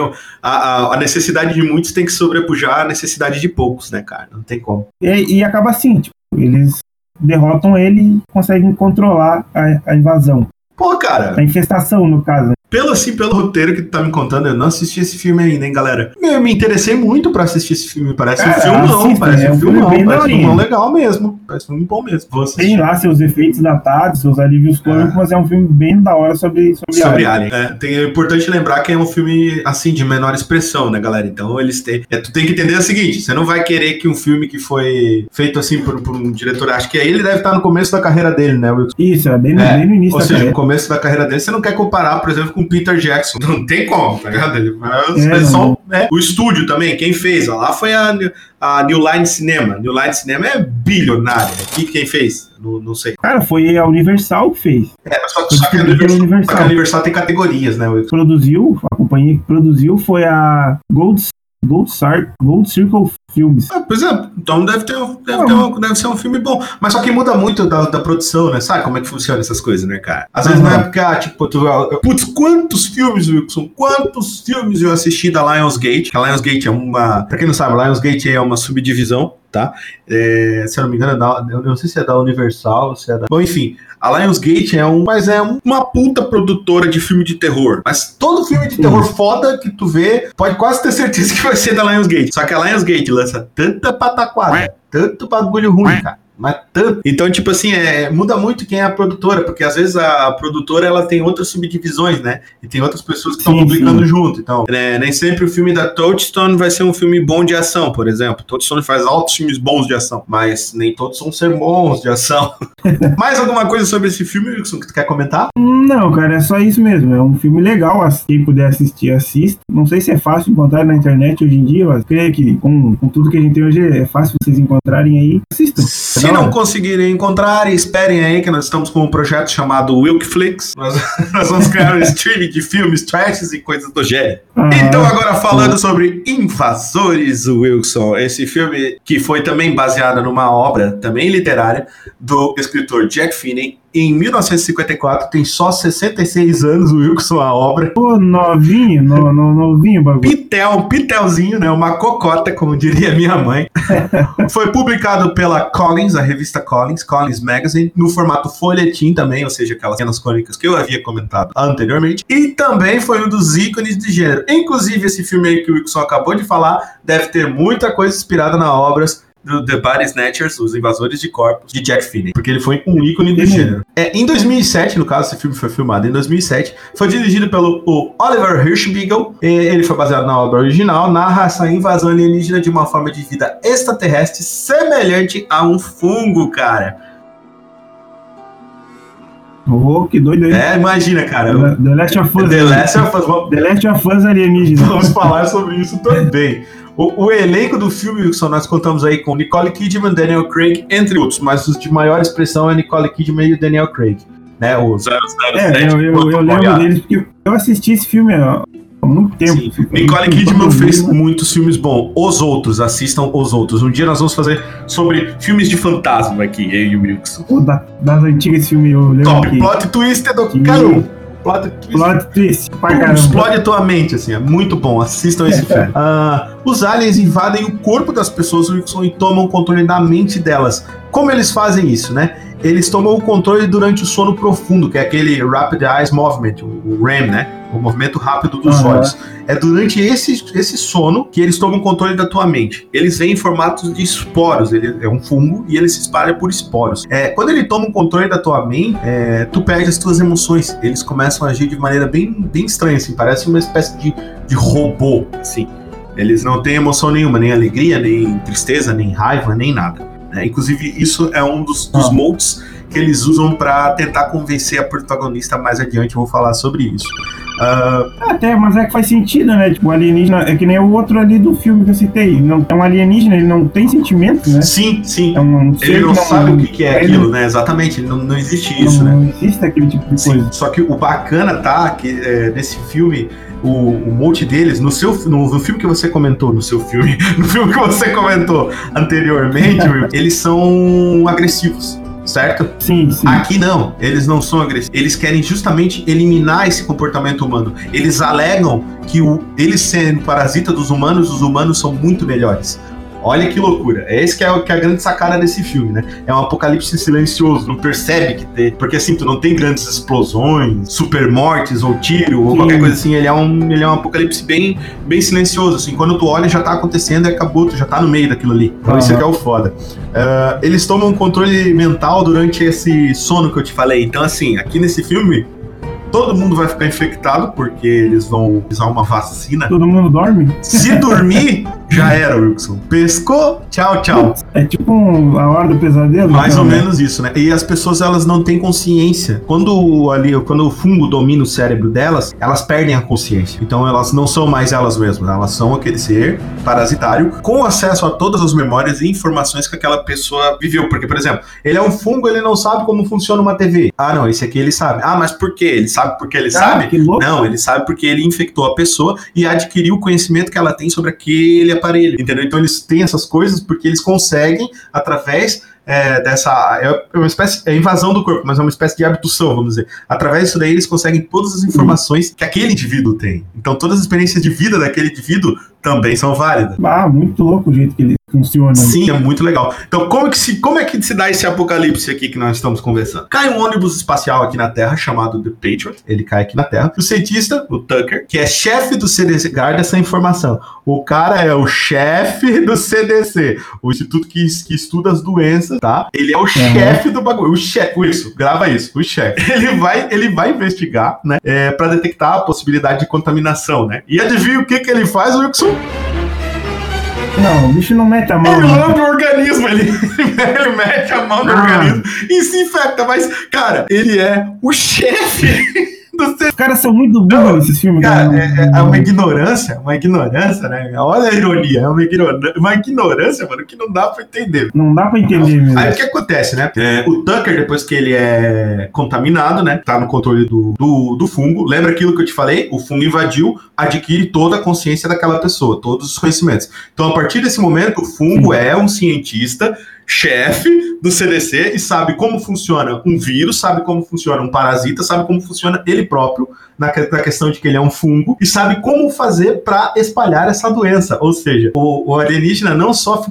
A: A necessidade de muitos tem que sobrepujar a necessidade de poucos, né, cara? Não tem como.
B: E acaba assim, tipo, eles derrotam ele e conseguem controlar a invasão.
A: Pô, cara.
B: A infestação, no caso.
A: Pelo roteiro que tu tá me contando, eu não assisti esse filme ainda, hein, galera? Eu me interessei muito pra assistir esse filme. Parece um filmão, parece um filmão legal mesmo. Parece um filme bom mesmo.
B: Tem lá seus efeitos datados, seus alívios cômicos, mas é um filme bem da hora sobre
A: Alien. É importante lembrar que é um filme, assim, de menor expressão, né, galera? Então, eles têm... tu tem que entender o seguinte, você não vai querer que um filme que foi feito, assim, por um diretor... Acho que ele deve estar no começo da carreira dele, né, Wilson?
B: Isso, bem no início da carreira.
A: No começo da carreira dele, você não quer comparar, por exemplo, com Peter Jackson. Não tem como, tá ligado? O estúdio também, quem fez? Ó, lá foi a New Line Cinema. New Line Cinema é bilionária. Aqui quem fez? Não sei.
B: Cara, foi a Universal que fez.
A: Mas só que a Universal tem categorias, né?
B: A companhia que produziu foi a Gold Circle Films.
A: Pois é, então deve ser um filme bom. Mas só que muda muito da produção, né? Sabe como é que funciona essas coisas, né, cara? Às vezes não é porque, putz, quantos filmes, Wilson? Quantos filmes eu assisti da Lionsgate? A Lionsgate é uma... Pra quem não sabe, a Lionsgate é uma subdivisão, tá? Se eu não me engano, eu não sei se é da Universal, se é da... Bom, enfim, a Lionsgate é uma puta produtora de filme de terror. Mas todo filme de terror foda que tu vê, pode quase ter certeza que vai ser da Lionsgate. Só que a Lionsgate lança tanta pataquada, tanto bagulho ruim, cara. Mas tanto. Então, tipo assim, muda muito quem é a produtora, porque às vezes a produtora ela tem outras subdivisões, né? E tem outras pessoas que estão publicando junto. Então, nem sempre o filme da Touchstone vai ser um filme bom de ação, por exemplo. Touchstone faz altos filmes bons de ação, mas nem todos vão ser bons de ação. Mais alguma coisa sobre esse filme, Wilson, que tu quer comentar?
B: Não, cara, é só isso mesmo. É um filme legal. Quem puder assistir, assista. Não sei se é fácil encontrar na internet hoje em dia, mas creio que com tudo que a gente tem hoje é fácil vocês encontrarem aí. Assistam.
A: Se não conseguirem encontrar, esperem aí que nós estamos com um projeto chamado Wilkflix. Nós vamos criar um stream de filmes, trashes e coisas do gênero. Então agora falando sobre Invasores, Wilson, esse filme que foi também baseado numa obra, também literária, do escritor Jack Finney. Em 1954, tem só 66 anos o Wilson, a obra.
B: Pô, novinho, bagulho.
A: Pitelzinho, né? Uma cocota, como diria minha mãe. Foi publicado pela Collins, a revista Collins Magazine, no formato folhetim também, ou seja, aquelas pequenas crônicas que eu havia comentado anteriormente. E também foi um dos ícones de gênero. Inclusive, esse filme aí que o Wilson acabou de falar, deve ter muita coisa inspirada nas obras do The Body Snatchers, Os Invasores de Corpos, de Jack Finney, porque ele foi um ícone do gênero. Em 2007, no caso, esse filme foi filmado em 2007, foi dirigido pelo Oliver Hirschbiegel, ele foi baseado na obra original, narra essa invasão alienígena de uma forma de vida extraterrestre semelhante a um fungo, cara.
B: Oh, que doido aí.
A: Imagina, cara.
B: The Last of Us alienígena.
A: Vamos falar sobre isso também. O elenco do filme, Wilson, nós contamos aí com Nicole Kidman, Daniel Craig, entre outros, mas os de maior expressão é Nicole Kidman e o Daniel Craig, né? O 007.
B: Eu lembro deles porque eu assisti esse filme há muito tempo.
A: Nicole Kidman fez muitos filmes bons. Assistam Os Outros. Um dia nós vamos fazer sobre filmes de fantasma aqui, eu e o Wilson.
B: Das antigas filmes, eu lembro.
A: Top, plot twist do caramba. Plot twist pra caramba. Explode tua mente, assim, é muito bom. Assistam esse filme. os aliens invadem o corpo das pessoas, Wilson, e tomam controle da mente delas. Como eles fazem isso, né? Eles tomam o controle durante o sono profundo, que é aquele Rapid Eye Movement, o REM, né? O movimento rápido dos olhos. É durante esse sono que eles tomam controle da tua mente. Eles vêm em formatos de esporos. Ele é um fungo e ele se espalha por esporos. Quando ele toma o controle da tua mente, tu perde as tuas emoções. Eles começam a agir de maneira bem estranha, assim. Parece uma espécie de robô, assim. Eles não têm emoção nenhuma, nem alegria, nem tristeza, nem raiva, nem nada. Inclusive, isso é um dos moldes que eles usam para tentar convencer a protagonista mais adiante. Eu vou falar sobre isso.
B: Até, mas é que faz sentido, né? Tipo, o alienígena é que nem o outro ali do filme que eu citei. Não, é um alienígena, ele não tem sentimentos, né?
A: Sim.
B: É um
A: ele não sabe o que é aquilo, né? Exatamente, não existe isso, né?
B: Não existe aquele tipo de coisa.
A: Só que o bacana que nesse filme, o monte deles, no filme que você comentou, no filme que você comentou anteriormente, eles são agressivos. Certo?
B: Sim.
A: Aqui não, eles não são agressivos. Eles querem justamente eliminar esse comportamento humano. Eles alegam que eles sendo parasita dos humanos, os humanos são muito melhores. Olha que loucura. Esse que é a grande sacada desse filme, né? É um apocalipse silencioso. Não percebe que tem... Porque assim, tu não tem grandes explosões, super mortes ou tiro ou qualquer coisa assim. Ele é um apocalipse bem silencioso, assim. Quando tu olha, já tá acontecendo e acabou. Tu já tá no meio daquilo ali. Então isso aqui é o foda. Eles tomam um controle mental durante esse sono que eu te falei. Então assim, aqui nesse filme... Todo mundo vai ficar infectado, porque eles vão usar uma vacina.
B: Todo mundo dorme?
A: Se dormir, já era, Wilson. Pescou, tchau.
B: É tipo a hora do pesadelo?
A: Mais ou menos isso, né? E as pessoas, elas não têm consciência. Quando o fungo domina o cérebro delas, elas perdem a consciência. Então elas não são mais elas mesmas. Elas são aquele ser parasitário com acesso a todas as memórias e informações que aquela pessoa viveu. Porque, por exemplo, ele é um fungo, ele não sabe como funciona uma TV. Ah, não, esse aqui ele sabe. Ah, mas por quê? Ele sabe porque ele sabe? Não, ele sabe porque ele infectou a pessoa e adquiriu o conhecimento que ela tem sobre aquele aparelho, entendeu? Então eles têm essas coisas porque eles conseguem, através dessa... É uma espécie... É invasão do corpo, mas é uma espécie de abdução, vamos dizer. Através disso daí eles conseguem todas as informações que aquele indivíduo tem. Então todas as experiências de vida daquele indivíduo também são válidas.
B: Muito louco o jeito que ele funciona.
A: Sim, é muito legal. Então, como é que se dá esse apocalipse aqui que nós estamos conversando? Cai um ônibus espacial aqui na Terra, chamado The Patriot. Ele cai aqui na Terra. O cientista, o Tucker, que é chefe do CDC, guarda essa informação. O cara é o chefe do CDC, o Instituto que estuda as doenças, tá? Ele é o chefe do bagulho. O chefe, isso, grava isso, o chefe. Ele vai investigar, né? Pra detectar a possibilidade de contaminação, né? E adivinha o que ele faz, Wilson?
B: Não, o bicho não mete a mão.
A: Ele lambe o organismo, ele mete a mão no organismo e se infecta, mas, cara, ele é o chefe
B: Os caras são muito burros nesses filmes.
A: Cara, é uma ignorância, né? Olha a ironia, é uma ignorância, mano, que não dá pra entender.
B: Não dá pra entender mesmo.
A: Aí o que acontece, né? O Tucker, depois que ele é contaminado, né? Tá no controle do fungo. Lembra aquilo que eu te falei? O fungo invadiu, adquire toda a consciência daquela pessoa, todos os conhecimentos. Então, a partir desse momento, o fungo é um cientista chefe do CDC e sabe como funciona um vírus, sabe como funciona um parasita, sabe como funciona ele próprio na questão de que ele é um fungo e sabe como fazer para espalhar essa doença. Ou seja, o alienígena não só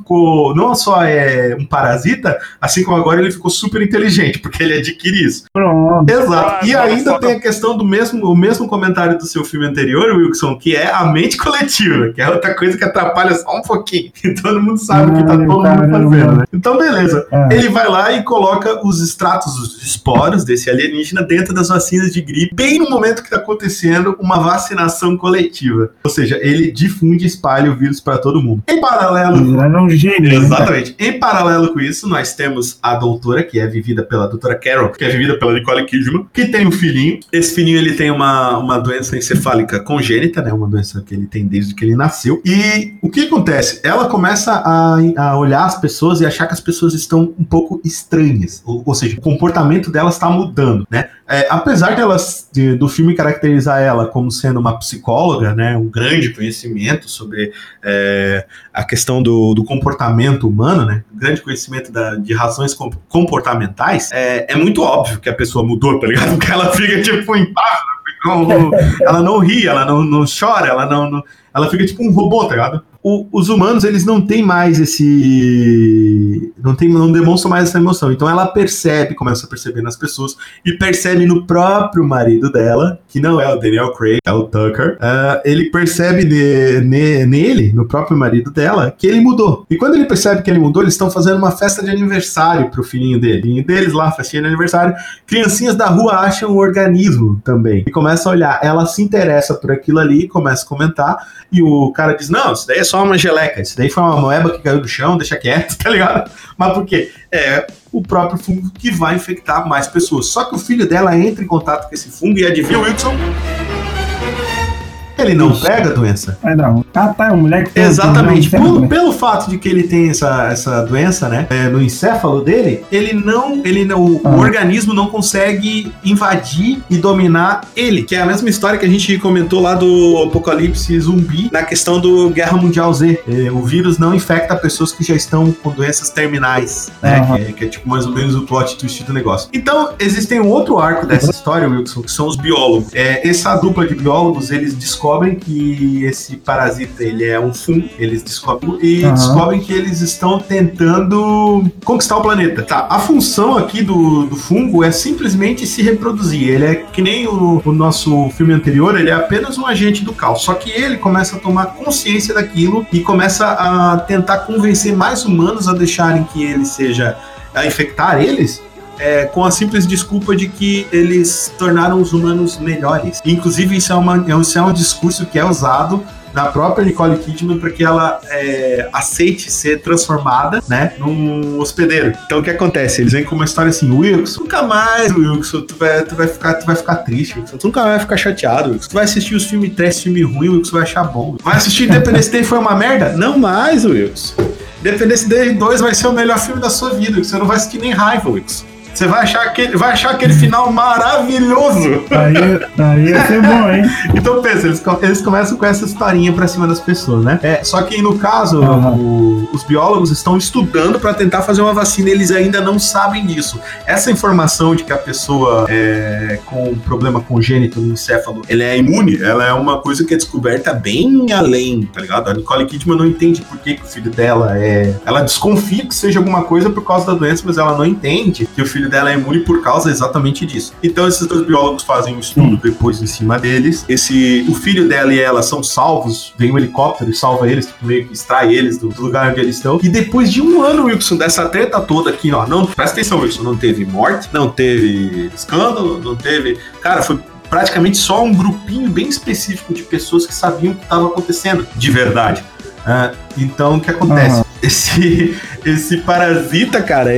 A: é um parasita, assim como agora ele ficou super inteligente, porque ele adquire isso.
B: Pronto.
A: Exato. E ainda tem a questão do mesmo comentário do seu filme anterior, Wilson, que é a mente coletiva, que é outra coisa que atrapalha só um pouquinho. E todo mundo sabe o que tá todo mundo fazendo, né? Então, beleza. Ele vai lá e coloca os extratos, os esporos desse alienígena dentro das vacinas de gripe, bem no momento que está acontecendo uma vacinação coletiva. Ou seja, ele difunde e espalha o vírus para todo mundo. Em paralelo...
B: Ele é um gênio.
A: Exatamente. Em paralelo com isso, nós temos a doutora, que é vivida pela doutora Carol, que é vivida pela Nicole Kidman, que tem um filhinho. Esse filhinho, ele tem uma doença encefálica congênita, né? Uma doença que ele tem desde que ele nasceu. E o que acontece? Ela começa a olhar as pessoas e achar que as pessoas estão um pouco estranhas, ou seja, o comportamento delas está mudando, né? Apesar do filme caracterizar ela como sendo uma psicóloga, né, um grande conhecimento sobre a questão do comportamento humano, né, um grande conhecimento de razões comportamentais, é muito óbvio que a pessoa mudou, tá ligado? Porque ela fica tipo impávido, ela não ri, ela não chora, ela fica tipo um robô, tá ligado? os humanos, eles não têm mais esse... Não demonstram mais essa emoção. Então ela começa a perceber nas pessoas, e percebe no próprio marido dela, que não é o Daniel Craig, é o Tucker. Ele percebe nele, no próprio marido dela, que ele mudou. E quando ele percebe que ele mudou, eles estão fazendo uma festa de aniversário pro filhinho dele. Filhinho deles lá, festinha de aniversário. Criancinhas da rua acham o organismo também. E começa a olhar. Ela se interessa por aquilo ali, começa a comentar, e o cara diz, não, isso daí é só uma geleca, isso daí foi uma moeba que caiu do chão, deixa quieto, tá ligado? Mas por quê? É o próprio fungo que vai infectar mais pessoas. Só que o filho dela entra em contato com esse fungo e adivinha, Wilson? Ele não pega a doença.
B: Não. Tá, é um moleque.
A: Exatamente. Pelo fato de que ele tem essa doença, né, no encéfalo dele, o organismo não consegue invadir e dominar ele. Que é a mesma história que a gente comentou lá do Apocalipse Zumbi, na questão do Guerra Mundial Z. O vírus não infecta pessoas que já estão com doenças terminais, né, que é tipo mais ou menos o plot twist do negócio. Então, existem um outro arco dessa história, Wilson, que são os biólogos. Essa dupla de biólogos, eles descobrem que esse parasita, ele é um fungo, eles descobrem que eles estão tentando conquistar o planeta. Tá, a função aqui do fungo é simplesmente se reproduzir. Ele é que nem o nosso filme anterior, ele é apenas um agente do caos, só que ele começa a tomar consciência daquilo e começa a tentar convencer mais humanos a deixarem que ele a infectar eles, com a simples desculpa de que eles tornaram os humanos melhores. Inclusive, isso é um discurso que é usado da própria Nicole Kidman para que ela aceite ser transformada, né, num hospedeiro. Então o que acontece? Eles vêm com uma história assim, Wilson, nunca mais, Wilson, tu vai ficar triste, Wilson, tu nunca vai ficar chateado, Wilson, tu vai assistir os filmes trash, filme ruim, Wilson vai achar bom. Vai assistir Independence Day, foi uma merda? Não mais, Wilson. Independence Day 2 vai ser o melhor filme da sua vida, Wilson, você não vai assistir nem raiva, Wilson. Você vai achar aquele final maravilhoso.
B: Aí ia ser bom, hein?
A: Então pensa, eles começam com essa historinha pra cima das pessoas, né? Só que no caso, os biólogos estão estudando pra tentar fazer uma vacina e eles ainda não sabem disso. Essa informação de que a pessoa com problema congênito no encéfalo, ela é imune, ela é uma coisa que é descoberta bem além, tá ligado? A Nicole Kidman não entende por que o filho dela ela desconfia que seja alguma coisa por causa da doença, mas ela não entende que o filho dela é imune por causa exatamente disso. Então esses dois biólogos fazem um estudo depois em cima deles. O filho dela e ela são salvos, vem um helicóptero e salva eles, tipo, meio que extrai eles do lugar onde eles estão. E depois de um ano, Wilson, dessa treta toda aqui, ó, não, presta atenção, Wilson, não teve morte, não teve escândalo, não teve... Cara, foi praticamente só um grupinho bem específico de pessoas que sabiam o que estava acontecendo, de verdade. Então, o que acontece? Esse parasita, cara,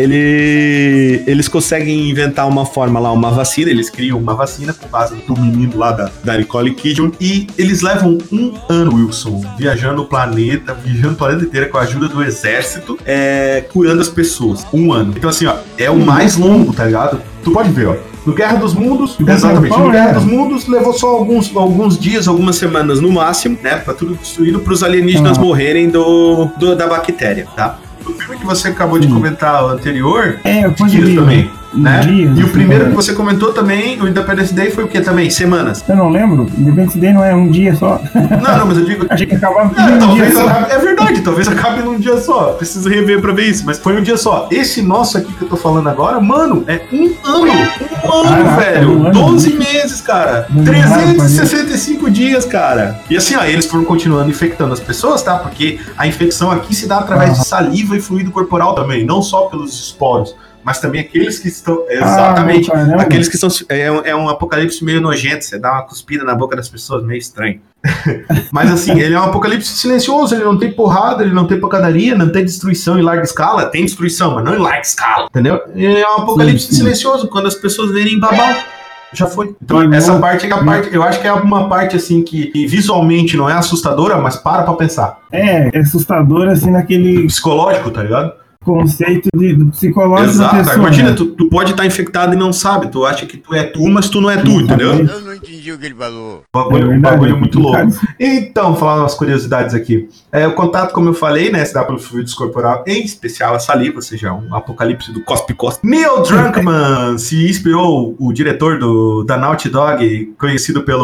A: eles conseguem inventar uma forma lá, uma vacina, eles criam uma vacina com base do menino lá da Nicole Kidman, e eles levam um ano, Wilson, viajando o planeta inteiro com a ajuda do exército, curando as pessoas. Um ano. Então, assim, ó, é o mais longo, tá ligado? Tu pode ver, ó. No Guerra dos Mundos, exatamente, no Guerra dos Mundos levou só alguns dias, algumas semanas no máximo, né, pra tudo destruído, pros alienígenas morrerem da bactéria, tá? O filme que você acabou de comentar anterior,
B: eu dias
A: também, né?
B: Dias,
A: e o primeiro que você comentou também, o Independence Day, foi o que também? Semanas?
B: Eu não lembro, Independence Day não é um dia só.
A: Não, mas eu digo...
B: Achei que acabava num dia só.
A: É verdade, talvez acabe num dia só. Preciso rever pra ver isso, mas foi um dia só. Esse nosso aqui que eu tô falando agora, mano, é um ano. Caraca, velho. 12 meses, cara. 365 dias, cara. E assim, ó, eles foram continuando infectando as pessoas, tá? Porque a infecção aqui se dá através de saliva e fluido corporal também, não só pelos esporos, mas também aqueles que estão... Exatamente. Aqueles que estão... É um apocalipse meio nojento. Você dá uma cuspida na boca das pessoas, meio estranho. Mas assim, ele é um apocalipse silencioso. Ele não tem porrada, ele não tem pancadaria, não tem destruição em larga escala. Tem destruição, mas não em larga escala. Entendeu? Ele é um apocalipse silencioso. Quando as pessoas verem babau, já foi. Então essa parte é a parte... Eu acho que é uma parte assim que visualmente não é assustadora, mas para pensar.
B: É assustadora assim naquele...
A: psicológico, tá ligado?
B: Conceito do psicológico.
A: Exato,
B: da pessoa,
A: imagina,
B: né?
A: tu pode estar infectado e não sabe, tu acha que tu é tu, mas tu não é tu, entendeu?
H: Eu não entendi o que ele falou.
A: Bagulho muito louco. Então, falar umas curiosidades aqui. O contato, como eu falei, né, se dá pelo fluido corporal, em especial a saliva, ou seja, um apocalipse do cospe-cospe. Neil Druckmann se inspirou, o diretor da Naughty Dog, conhecido pelo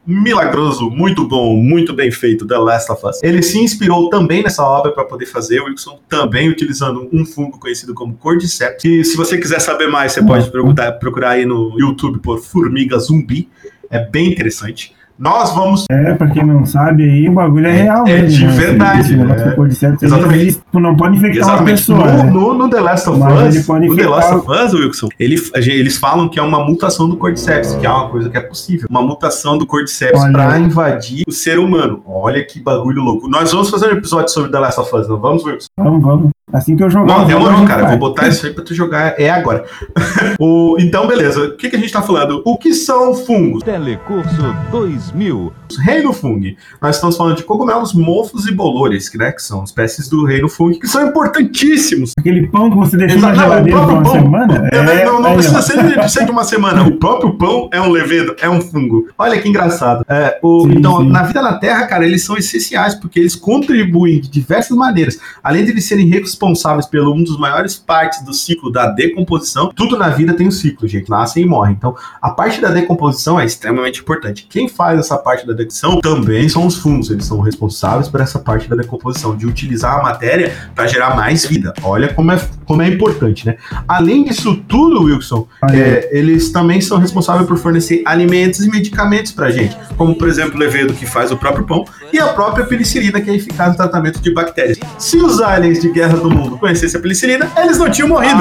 A: milagroso, muito bom, muito bem feito, The Last of Us. Ele se inspirou também nessa obra para poder fazer, Wilson, também utilizando um fungo conhecido como Cordyceps. E se você quiser saber mais, você pode procurar aí no YouTube por formiga zumbi. É bem interessante. Nós vamos...
B: pra quem não sabe aí, o bagulho é real.
A: É de verdade.
B: Exatamente. Não pode infectar uma pessoa.
A: No The Last of Us, Wilson, eles falam que é uma mutação do Cordyceps, que é uma coisa que é possível. Uma mutação do Cordyceps pra invadir o ser humano. Olha que bagulho louco. Nós vamos fazer um episódio sobre The Last of Us, não vamos, Wilson?
B: Vamos. Assim que eu jogar.
A: Não, demorou, cara. Eu vou botar isso aí pra tu jogar. É agora. Então, beleza. O que a gente tá falando? O que são fungos?
I: Telecurso 2000.
A: Reino Fungi. Nós estamos falando de cogumelos, mofos e bolores, que são espécies do reino fungi, que são importantíssimos.
B: Aquele pão que você deixou na geladeira por uma semana?
A: Não precisa ser de uma semana. O próprio pão é um levedo, é um fungo. Olha que engraçado. Então, na vida na Terra, cara, eles são essenciais, porque eles contribuem de diversas maneiras. Além de eles serem responsáveis pelo um dos maiores partes do ciclo da decomposição, tudo na vida tem um ciclo, gente. Nascem e morrem. Então, a parte da decomposição é extremamente importante. Quem faz essa parte da decomposição também são os fungos. Eles são responsáveis por essa parte da decomposição, de utilizar a matéria para gerar mais vida. Olha como é importante, né? Além disso tudo, Wilson, eles também são responsáveis por fornecer alimentos e medicamentos pra gente, como, por exemplo, o levedo, que faz o próprio pão, e a própria penicilina, que é eficaz no tratamento de bactérias. Se os aliens de Guerra do Mundo conhecessem a penicilina, eles não tinham morrido.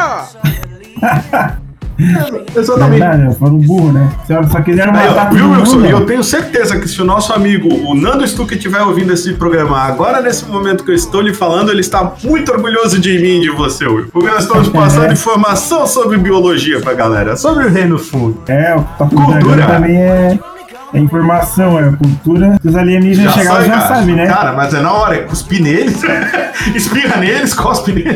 A: Exatamente.
B: Verdade, foram burro, né? Só quiseram matar todo mundo.
A: Wilson, e eu tenho certeza que se o nosso amigo, o Nando Stuck, estiver ouvindo esse programa agora, nesse momento que eu estou lhe falando, ele está muito orgulhoso de mim e de você, Will. Porque nós estamos passando informação sobre biologia pra galera, sobre o reino fungo.
B: O cultura também é informação, é cultura. Se os alienígenas chegarem, já sabem, né?
A: Cara, mas é na hora, é cuspir neles, espirra neles, cospe neles.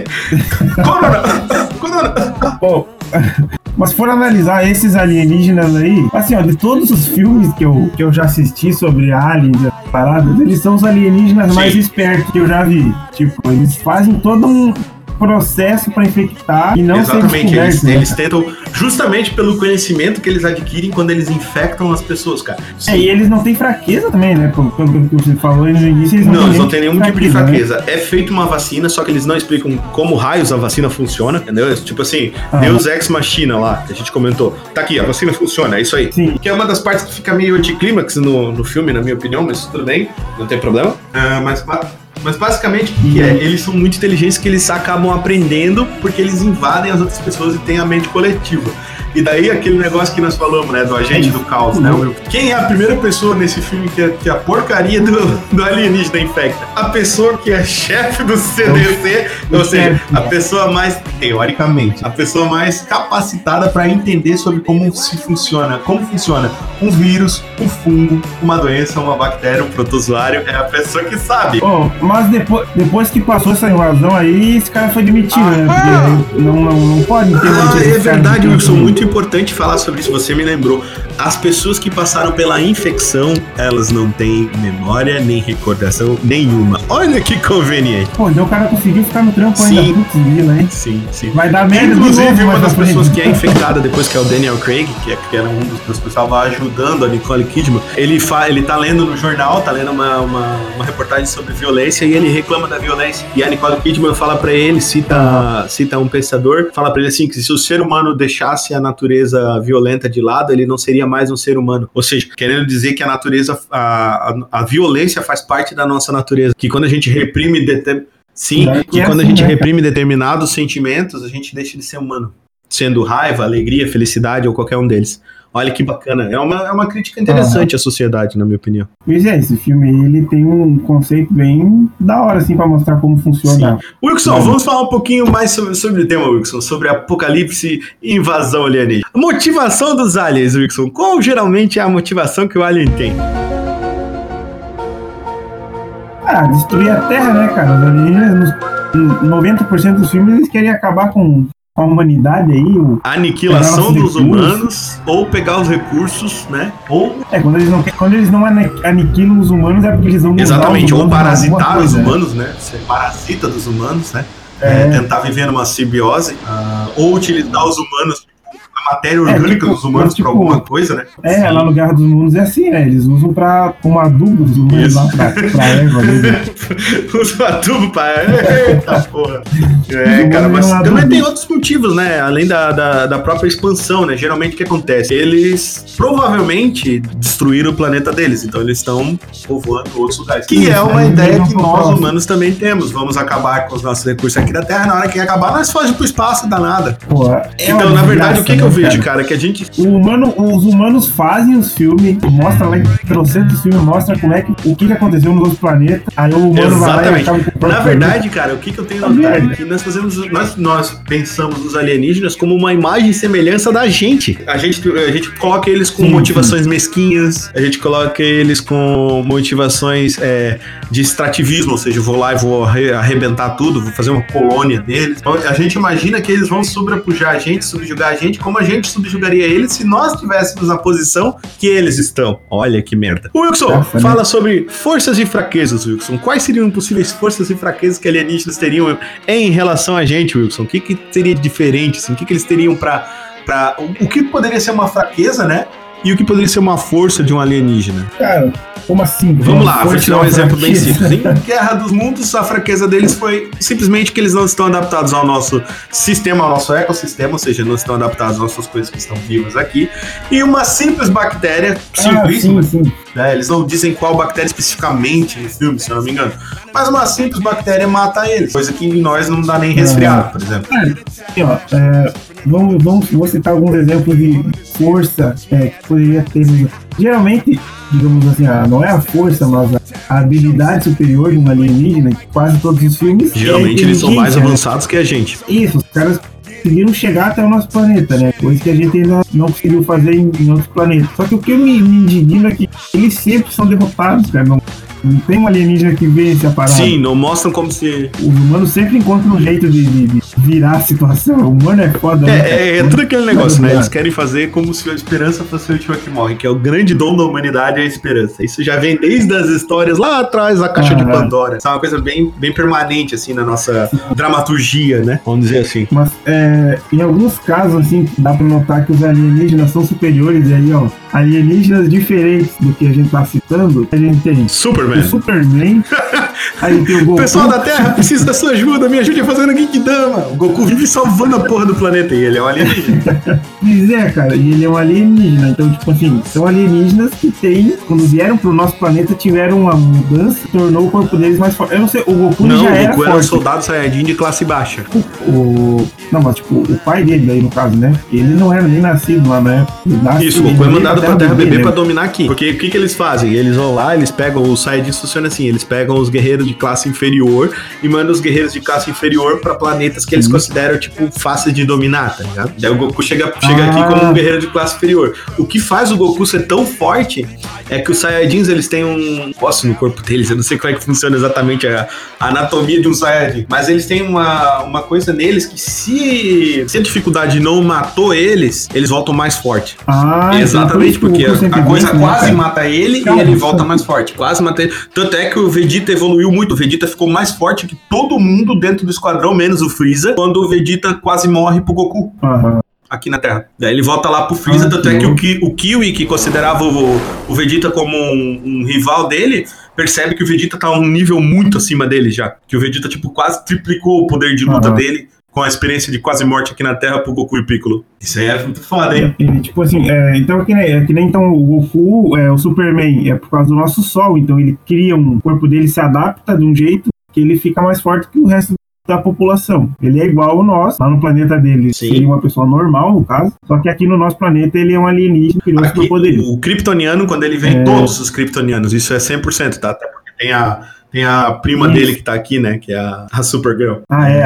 A: Corona.
B: Mas se for analisar esses alienígenas aí, assim, ó, de todos os filmes que eu já assisti sobre aliens e paradas, eles são os alienígenas mais espertos que eu já vi. Tipo, eles fazem todo um processo para infectar e não ser descoberto.
A: Eles tentam, justamente pelo conhecimento que eles adquirem quando eles infectam as pessoas, cara.
B: E eles não têm fraqueza também, né? Pelo que você falou no início,
A: eles não têm nenhum tipo de fraqueza. Né? É feita uma vacina, só que eles não explicam como raios a vacina funciona, entendeu? Tipo assim, Deus Ex Machina lá, que a gente comentou. Tá aqui, a vacina funciona, é isso aí.
B: Sim.
A: Que é uma das partes que fica meio anticlímax no filme, na minha opinião, mas tudo bem, não tem problema. Mas basicamente, o que é? Eles são muito inteligentes, que eles acabam aprendendo porque eles invadem as outras pessoas e têm a mente coletiva. E daí aquele negócio que nós falamos, né, do agente do caos, né? Quem é a primeira pessoa nesse filme que a porcaria do alienígena infecta? A pessoa que é chefe do CDC, ou seja, a pessoa mais, teoricamente, a pessoa mais capacitada para entender sobre como funciona um vírus, um fungo, uma doença, uma bactéria, um protozoário, é a pessoa que sabe.
B: Mas depois que passou essa invasão aí, esse cara foi demitido, né? Porque não pode ter
A: é verdade, Wilson, muito importante falar sobre isso, você me lembrou. As pessoas que passaram pela infecção, elas não têm memória nem recordação nenhuma. Olha que conveniente.
B: Então o cara conseguiu ficar no trampo ainda. Putz,
A: sim.
B: Vai dar merda.
A: Inclusive, uma das pessoas que é infectada depois, que é o Daniel Craig, que era um dos pessoas que estava ajudando a Nicole Kidman, ele tá lendo no jornal, tá lendo uma reportagem sobre violência, e ele reclama da violência. E a Nicole Kidman fala pra ele, cita um pensador, fala pra ele assim, que se o ser humano deixasse a natureza violenta de lado, ele não seria mais um ser humano. Ou seja, querendo dizer que a natureza, a violência faz parte da nossa natureza, que quando a gente reprime reprime determinados sentimentos, a gente deixa de ser humano, sendo raiva, alegria, felicidade ou qualquer um deles. Olha que bacana, é uma crítica interessante à sociedade, na minha opinião.
B: Pois é, esse filme ele tem um conceito bem da hora, assim, pra mostrar como funciona.
A: Wilson, vamos falar um pouquinho mais sobre o tema, Wilson, sobre apocalipse e invasão alienígena. A motivação dos aliens, Wilson, qual geralmente é a motivação que o alien tem?
B: Destruir a Terra, né, cara? Os alienígenas, 90% dos filmes, eles querem acabar com a humanidade aí.
A: Aniquilação dos humanos, ou pegar os recursos, né? Ou...
B: quando eles não aniquilam os humanos, é porque eles vão...
A: Exatamente, ou parasitar os humanos, né? Ser parasita dos humanos, né? Tentar viver numa simbiose, ou utilizar os humanos. A matéria orgânica dos humanos pra alguma coisa, né?
B: Lá no Guerra dos Mundos é assim, né? Eles usam como adubo dos humanos lá pra erva mesmo.
A: Usam adubo pra... Eita porra. Cara, mas também tem outros motivos, né? Além da própria expansão, né? Geralmente o que acontece? Eles provavelmente destruíram o planeta deles, então eles estão povoando outros lugares. Que é uma ideia que nós humanos também temos. Vamos acabar com os nossos recursos aqui da Terra, na hora que acabar, nós fogimos pro espaço, danada. Então, na verdade, o que eu vejo, cara? Que a gente...
B: Os humanos fazem os filmes, mostra lá em trocentos filmes, mostra o que aconteceu no outro planeta, aí o humano vai lá e acaba com o
A: Na verdade, cara, o que eu tenho notado é que nós pensamos os alienígenas como uma imagem e semelhança da gente. A gente coloca eles com motivações mesquinhas, a gente coloca eles com motivações de extrativismo, ou seja, eu vou lá e vou arrebentar tudo, vou fazer uma colônia deles. Então, a gente imagina que eles vão sobrepujar a gente, subjugar a gente, como a gente subjugaria eles se nós estivéssemos na posição que eles estão. Olha que merda. O Wilson, fala sobre forças e fraquezas, Wilson. Quais seriam possíveis forças e fraquezas que alienígenas teriam em relação a gente, Wilson? O que seria diferente, assim? O que eles teriam o que poderia ser uma fraqueza, né? E o que poderia ser uma força de um alienígena?
B: Cara, como assim?
A: Vamos lá, vou te dar um exemplo bem simples. Em Guerra dos Mundos, a fraqueza deles foi simplesmente que eles não estão adaptados ao nosso sistema, ao nosso ecossistema, ou seja, não estão adaptados às nossas coisas que estão vivas aqui. E uma simples bactéria, simplíssima, né? Eles não dizem qual bactéria especificamente no filme, se eu não me engano. Mas uma simples bactéria mata eles, coisa que em nós não dá nem resfriado, por exemplo.
B: Vou citar alguns exemplos de força que poderia ter. Geralmente, digamos assim, não é a força, mas a habilidade superior de um alienígena, que quase todos os filmes.
A: Geralmente eles são mais avançados que a gente.
B: Isso, os caras conseguiram chegar até o nosso planeta, né? Coisa que a gente ainda não conseguiu fazer em outros planetas. Só que o que me indigna é que eles sempre são derrotados, cara. Não tem um alienígena que vence a parada.
A: Sim, não mostram como se...
B: Os humanos sempre encontram um jeito de virar a situação. O humano é foda.
A: É tudo aquele negócio, né? Eles querem fazer como se a esperança fosse a última que morre, que é o grande dom da humanidade, é a esperança. Isso já vem desde as histórias lá atrás, a Caixa de Pandora. Isso é uma coisa bem permanente, assim, na nossa dramaturgia, né? Vamos dizer assim.
B: Mas, em alguns casos, assim, dá pra notar que os alienígenas são superiores. E aí, alienígenas diferentes do que a gente tá citando, a gente tem...
A: Superman.
B: O Superman. Aí tem o Goku.
A: O pessoal da Terra precisa da sua ajuda, me ajude a fazer alguém que dama. O Goku vive salvando a porra do planeta e ele é um alienígena.
B: Pois cara, e ele é um alienígena. Então, tipo assim, são alienígenas que quando vieram pro nosso planeta, tiveram uma mudança que tornou o corpo deles mais forte. Eu não sei, o Goku já era.
A: O Goku era um soldado Saiyajin de classe baixa.
B: Não, mas tipo, o pai dele aí, no caso, né? Ele não era nem nascido lá, né?
A: Isso, o Goku é mandado pra Terra bebê pra dominar aqui. Porque o que eles fazem? Eles vão lá, eles pegam, o Saiyajin funciona assim, eles pegam os guerreiros de classe inferior e mandam os guerreiros de classe inferior pra planetas que eles consideram, tipo, fáceis de dominar, tá ligado? Daí o Goku chega aqui como um guerreiro de classe inferior. O que faz o Goku ser tão forte é que os Saiyajins, eles têm um osso no corpo deles, eu não sei como é que funciona exatamente a anatomia de um Saiyajin, mas eles têm uma coisa neles que se a dificuldade não matou eles voltam mais forte. Exatamente, porque a coisa quase mata ele e ele volta mais forte. Quase mata ele. Tanto é que o Vegeta evoluiu muito. O Vegeta ficou mais forte que todo mundo dentro do esquadrão, menos o Freeza, quando o Vegeta quase morre pro Goku. Aqui na Terra. Daí ele volta lá pro Freeza, tanto é que o Kiwi, que considerava o Vegeta como um rival dele, percebe que o Vegeta tá um nível muito acima dele já. Que o Vegeta, tipo, quase triplicou o poder de luta dele com a experiência de quase morte aqui na Terra pro Goku e Piccolo. Isso aí é muito foda, hein?
B: Tipo assim, então que nem então o Goku, o Superman, é por causa do nosso Sol, então ele cria o corpo dele se adapta de um jeito que ele fica mais forte que o resto da população. Ele é igual ao nosso, lá no planeta dele.
A: Sim.
B: Seria uma pessoa normal, no caso, só que aqui no nosso planeta ele é um alienígena que criou superpoderes.
A: O kryptoniano, quando ele vem, todos os kryptonianos, isso é 100%, tá? Até porque tem a prima dele que tá aqui, né? Que é a Supergirl.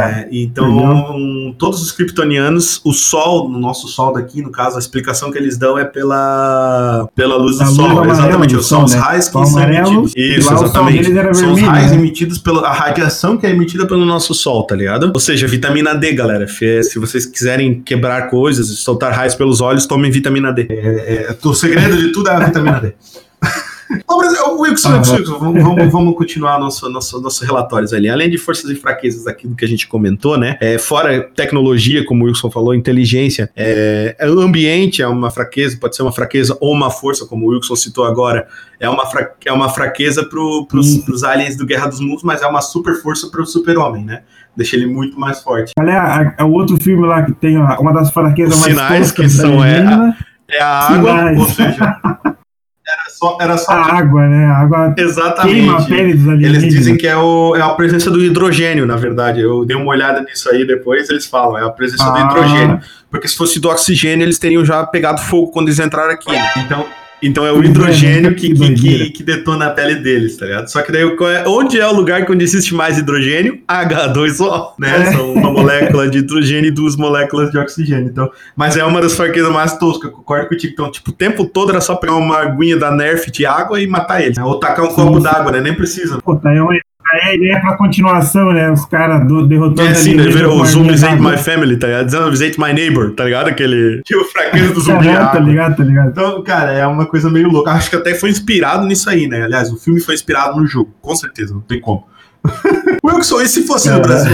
A: Então, todos os kryptonianos, o Sol, no nosso Sol daqui, no caso, a explicação que eles dão é pela luz do Sol. Exatamente, são os raios que são emitidos. Isso, exatamente. São os raios emitidos pela radiação que é emitida pelo nosso Sol, tá ligado? Ou seja, vitamina D, galera. Se vocês quiserem quebrar coisas e soltar raios pelos olhos, tomem vitamina D. O segredo de tudo é a vitamina D. Wilson, vamos continuar nossos relatórios ali. Além de forças e fraquezas daquilo que a gente comentou, né? Fora tecnologia, como o Wilson falou, inteligência, o ambiente é uma fraqueza, pode ser uma fraqueza ou uma força, como o Wilson citou agora. É uma fraqueza pros aliens do Guerra dos Mundos, mas é uma super força pro super-homem, né? Deixa ele muito mais forte.
B: Olha, o outro filme lá que tem uma das fraquezas mais
A: Sinais que são a água,
B: Sinais.
A: ou seja, era só
B: a água, né? A água
A: exatamente.
B: Queima a pele dos alienígenas.
A: Eles dizem que é a presença do hidrogênio, na verdade. Eu dei uma olhada nisso aí depois, eles falam, é a presença do hidrogênio. Porque se fosse do oxigênio, eles teriam já pegado fogo quando eles entraram aqui. Então é o hidrogênio que detona a pele deles, tá ligado? Só que daí, onde é o lugar onde existe mais hidrogênio? H2O, né? São uma molécula de hidrogênio e 2 moléculas de oxigênio. Então, mas é uma das fraquezas mais toscas, concordo contigo. Então, tipo, o tempo todo era só pegar uma aguinha da Nerf de água e matar eles. Né? Ou tacar um copo d'água, né? Nem precisa.
B: Pô, tá aí a ideia pra continuação, né? Os caras derrotando
A: assim, o Zombies Ate My Family, tá ligado? Zombies Ate My Neighbor, tá ligado? Aquele fraqueza do zumbi.
B: Tá ligado.
A: Então, cara, é uma coisa meio louca. Acho que até foi inspirado nisso aí, né? Aliás, o filme foi inspirado no jogo, com certeza, não tem como. Wilson, e se fosse no Brasil?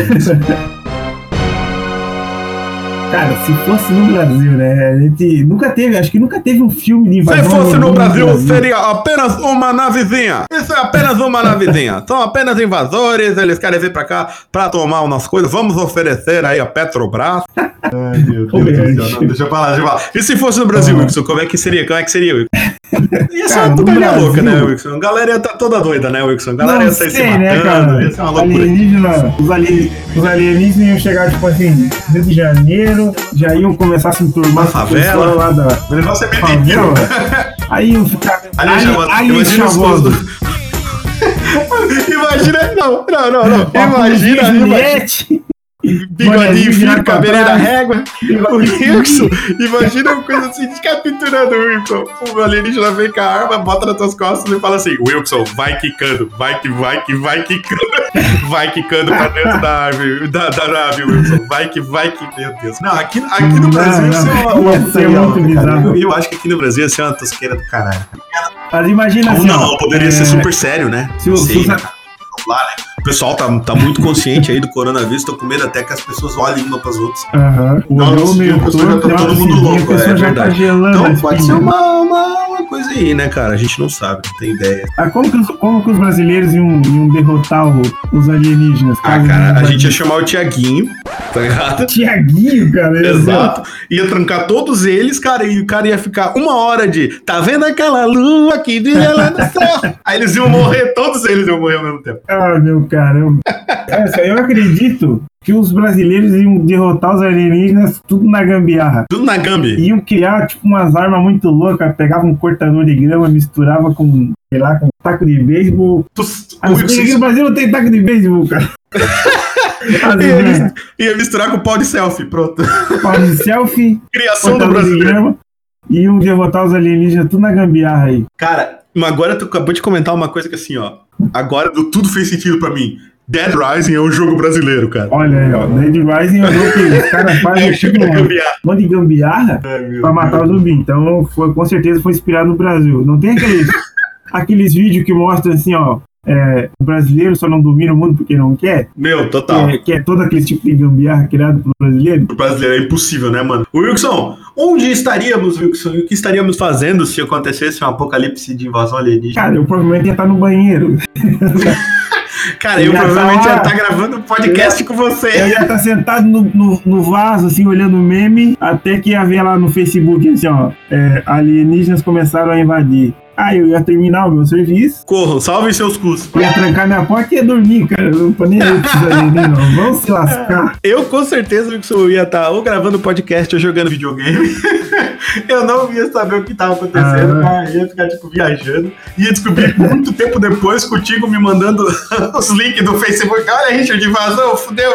B: Cara, se fosse no Brasil, né? A gente nunca teve um filme de invasão.
A: Se fosse no Brasil, seria apenas uma navezinha. Isso é apenas uma navezinha. São apenas invasores, eles querem vir pra cá pra tomar umas coisas. Vamos oferecer aí a Petrobras. Ai, meu Deus do céu. Não, deixa eu falar. E se fosse no Brasil, Wilson, como é que seria? Wilson? Ia ser uma putaria louca, né, Wilson? A galera ia estar toda doida, né, Wilson? A galera ia sair se matando,
B: né, cara?
A: Ia ser uma loucura.
B: Os alienígenas iam chegar, tipo assim, Rio de Janeiro, já iam começar a se enturmar
A: na favela.
B: Lá da
A: o negócio é meio
B: aí iam ficar...
A: Imagina os postos. Imagina... Não. Imagina... Bigodinho fino, cabelinho da régua. O Wilson, imagina uma coisa assim, de capturando o Wilson. O alienígena vem com a arma, bota nas tuas costas e fala assim: Wilson, vai quicando, vai quicando. Vai quicando pra dentro da árvore, da nave, Wilson. Vai que, meu Deus. Não, aqui no Brasil isso é muito bizarro. Eu acho que aqui no Brasil isso é uma tosqueira do caralho.
B: Mas imagina assim.
A: Não, poderia ser super sério, né? Lá, né? O pessoal tá muito consciente aí do coronavírus, tô com medo até que as pessoas olhem uma pras outras.
B: O
A: pessoal já tá todo mundo louco, é verdade.
B: Tá gelando,
A: então pode ser uma coisa aí, né, cara? A gente não sabe, não tem ideia.
B: Como que os brasileiros iam derrotar os alienígenas?
A: Cara, a gente ia chamar o Tiaguinho, tá ligado?
B: Tiaguinho, cara.
A: Exato. Ia trancar todos eles, cara, e o cara ia ficar 1 hora de tá vendo aquela lua que brilha lá no céu? Aí eles iam morrer, todos eles iam morrer ao mesmo tempo.
B: Ah, meu caramba. Eu acredito que os brasileiros iam derrotar os alienígenas tudo na gambiarra.
A: Tudo na gambi.
B: Iam criar, tipo, umas armas muito loucas, pegavam um cortador de grama, misturava com, sei lá, com taco de beisebol. Aqui no Brasil não tem taco de beisebol, cara.
A: Ia misturar com pau de selfie, pronto.
B: Pau de selfie.
A: Criação do brasileiro.
B: Iam derrotar os alienígenas tudo na gambiarra aí.
A: Cara, agora tu acabou de comentar uma coisa que assim, ó. Agora tudo fez sentido pra mim. Dead Rising é um jogo brasileiro, cara.
B: Olha aí, ó. Dead Rising é um jogo que os caras fazem um monte de gambiarra pra matar o zumbi. Então, com certeza foi inspirado no Brasil. Não tem aqueles vídeos que mostram assim, ó. O brasileiro só não domina o mundo porque não quer.
A: Meu, total.
B: Que é todo aquele tipo de gambiarra criado pelo brasileiro.
A: O brasileiro é impossível, né, mano? Wilson, onde estaríamos, Wilson? E o que estaríamos fazendo se acontecesse um apocalipse de invasão alienígena?
B: Cara, eu provavelmente ia estar no banheiro.
A: Cara, eu provavelmente ia estar gravando um podcast com você.
B: Eu ia estar sentado no vaso, assim, olhando o meme, até que ia ver lá no Facebook, assim, ó, alienígenas começaram a invadir. Aí eu ia terminar o meu serviço.
A: Corram, salvem seus custos.
B: Ia trancar minha porta e ia dormir, cara. Eu não tô nem aí pra esses alienígenas, não. Vamos se lascar.
A: Eu com certeza eu ia estar ou gravando podcast ou jogando videogame. Eu não ia saber o que tava acontecendo, mas ia ficar, tipo, viajando. Ia descobrir muito tempo depois contigo me mandando os links do Facebook. Olha, Richard, invasão, fudeu.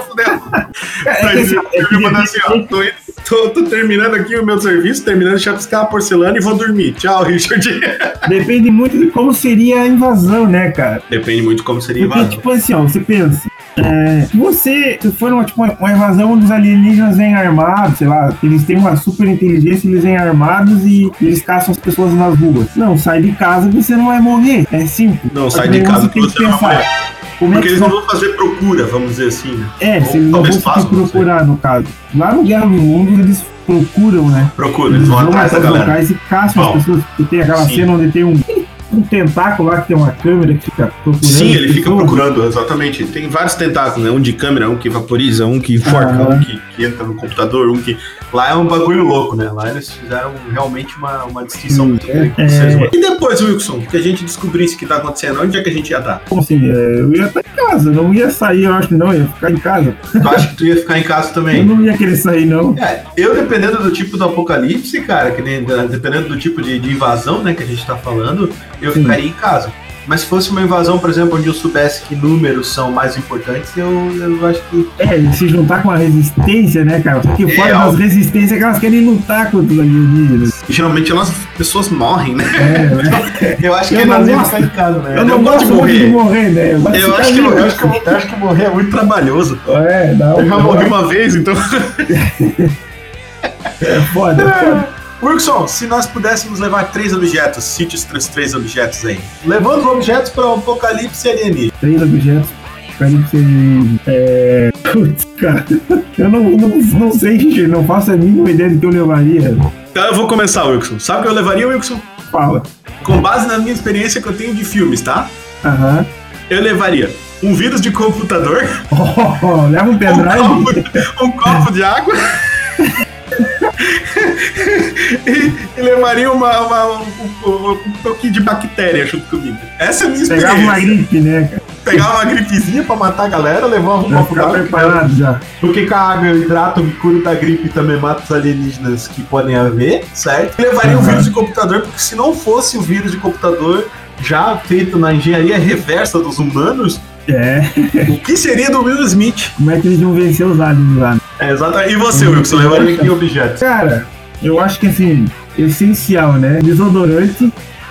A: Eu me mandando assim, ó, tô terminando aqui o meu serviço, terminando de chapiscar a porcelana e vou dormir. Tchau, Richard.
B: Depende muito de como seria a invasão, né, cara?
A: Depende muito de como seria a invasão.
B: Porque, tipo assim, ó, você pensa, Se for uma invasão onde os alienígenas vêm armados, sei lá, eles têm uma super inteligência, eles vêm armados e eles caçam as pessoas nas ruas. Não, sai de casa que você não vai morrer. É simples.
A: Não, sai de casa que você não vai morrer. Porque eles não vão fazer procura, vamos dizer assim, né?
B: Se eles não vão procurar, no caso. Lá no Guerra dos Mundos, eles procuram, né?
A: Eles vão atrás da galera.
B: Locais e caçam as pessoas. Porque tem aquela cena onde tem um tentáculo lá que tem uma câmera que fica procurando.
A: Sim, ele fica procurando, exatamente. Tem vários tentáculos, né? Um de câmera, um que vaporiza, um que enforca, um que entra no computador, um que... Lá é um bagulho louco, né? Lá eles fizeram realmente uma distinção muito grande. E depois, Wilson, que a gente descobrisse o que tá acontecendo, onde é que a gente ia estar?
B: Como assim? Eu ia estar em casa, não ia sair, eu acho que não, ia ficar em casa.
A: Tu acha que tu ia ficar em casa também?
B: Eu não ia querer sair, não.
A: Eu, dependendo do tipo do apocalipse, cara, que nem, dependendo do tipo de invasão, né, que a gente tá falando, eu ficaria em casa. Mas se fosse uma invasão, por exemplo, onde eu soubesse que números são mais importantes, eu acho que...
B: se juntar com a resistência, né, cara? Porque fora das resistências que elas querem lutar contra os alienígenas.
A: Geralmente as pessoas morrem, né? Eu acho que elas iam ficar em casa, né?
B: Eu não gosto de morrer, né?
A: Eu acho que morrer é muito trabalhoso.
B: Eu
A: já morri uma vez, então...
B: É foda.
A: Wilson, se nós pudéssemos levar 3 objetos, cite os 3 objetos aí. Levando os objetos para o apocalipse alienígena.
B: 3 objetos, apocalipse alienígena. Putz, cara, eu não sei, não faço a mínima ideia do que eu levaria.
A: Então eu vou começar, Wilson. Sabe o que eu levaria, Wilson?
B: Fala.
A: Com base na minha experiência que eu tenho de filmes, tá?
B: Eu
A: levaria um vírus de computador.
B: Leva um pendrive.
A: Um copo de água. e levaria um pouquinho de bactéria junto comigo. Essa é a minha experiência.
B: Pegava uma gripe, né, cara?
A: Pegava uma gripezinha pra matar a galera, levava uma
B: preparado já.
A: Porque com a água eu hidrato, me curo da gripe e também mato os alienígenas que podem haver, certo? E levaria um vírus de computador, porque se não fosse o vírus de computador já feito na engenharia reversa dos humanos, o que seria do Will Smith?
B: Como é que eles iam vencer os aliens lá?
A: Exatamente. E você, Wilson, levaria que objetos?
B: Cara, eu acho que assim, essencial, né? Desodorante.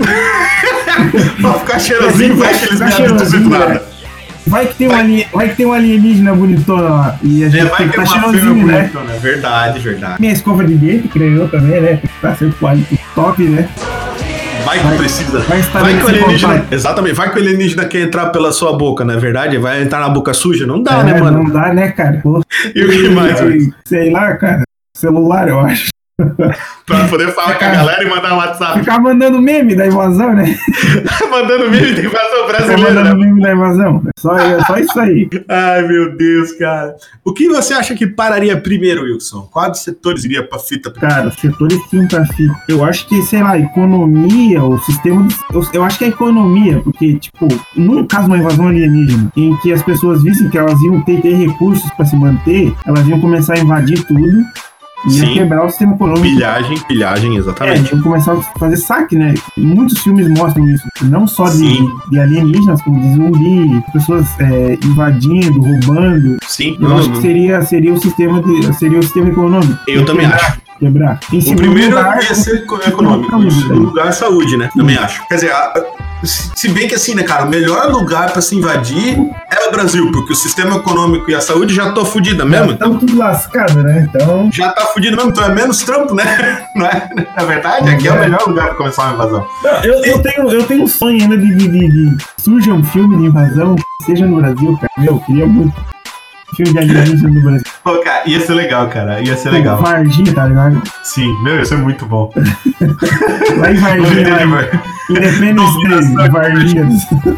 A: Pra ficar cheirosinho, vai que eles me avisam do nada.
B: Vai que tem um alienígena bonitona lá. E a gente
A: vai que
B: tá
A: cheirosinho, né? Verdade.
B: Minha escova de dente, creio eu também, né? Tá sempre com hálito top, né?
A: Vai que precisa. Vai que o alienígena. Exatamente, vai que o alienígena quer entrar pela sua boca, não é verdade? Vai entrar na boca suja? Não dá, né, mano?
B: Não dá, né, cara?
A: E o que mais?
B: Sei lá, cara. Celular, eu acho.
A: Pra poder falar com a galera e mandar um WhatsApp.
B: Ficar mandando meme da invasão, né?
A: Mandando meme da invasão brasileira.
B: Mandando meme da invasão. Só isso aí.
A: Ai, meu Deus, cara. O que você acha que pararia primeiro, Wilson? Quais setores iria pra fita?
B: Cara, setores que iam pra fita. Eu acho que, sei lá, economia, o sistema... Eu acho que é economia, porque, tipo, no caso de uma invasão alienígena, em que as pessoas vissem que elas iam ter recursos pra se manter, elas iam começar a invadir tudo. Ia quebrar o sistema econômico.
A: Pilhagem, exatamente.
B: Iam começar a fazer saque, né? Muitos filmes mostram isso. Não só de alienígenas, como de zumbi, pessoas invadindo, roubando.
A: Sim.
B: Eu acho que seria o sistema econômico.
A: Eu também acho.
B: Quebrar.
A: O primeiro lugar, ia ser econômico. Em segundo lugar, saúde, né? Também acho. Quer dizer, se bem que assim, né, cara, o melhor lugar pra se invadir é o Brasil, porque o sistema econômico e a saúde já estão fodidos mesmo.
B: Estamos tudo lascado, né? Então...
A: Já tá fudido mesmo, então é menos trampo, né? Não é? Na verdade, aqui é o melhor lugar pra começar uma invasão.
B: Eu tenho um sonho ainda de surja um filme de invasão, seja no Brasil, cara. Eu queria muito. Filme de alienígena no Brasil.
A: Pô, cara, ia ser legal, cara. Ia ser legal.
B: Varginha, tá ligado?
A: Sim, ia ser muito bom.
B: Lá em Varginha, Independence Day, Varginha.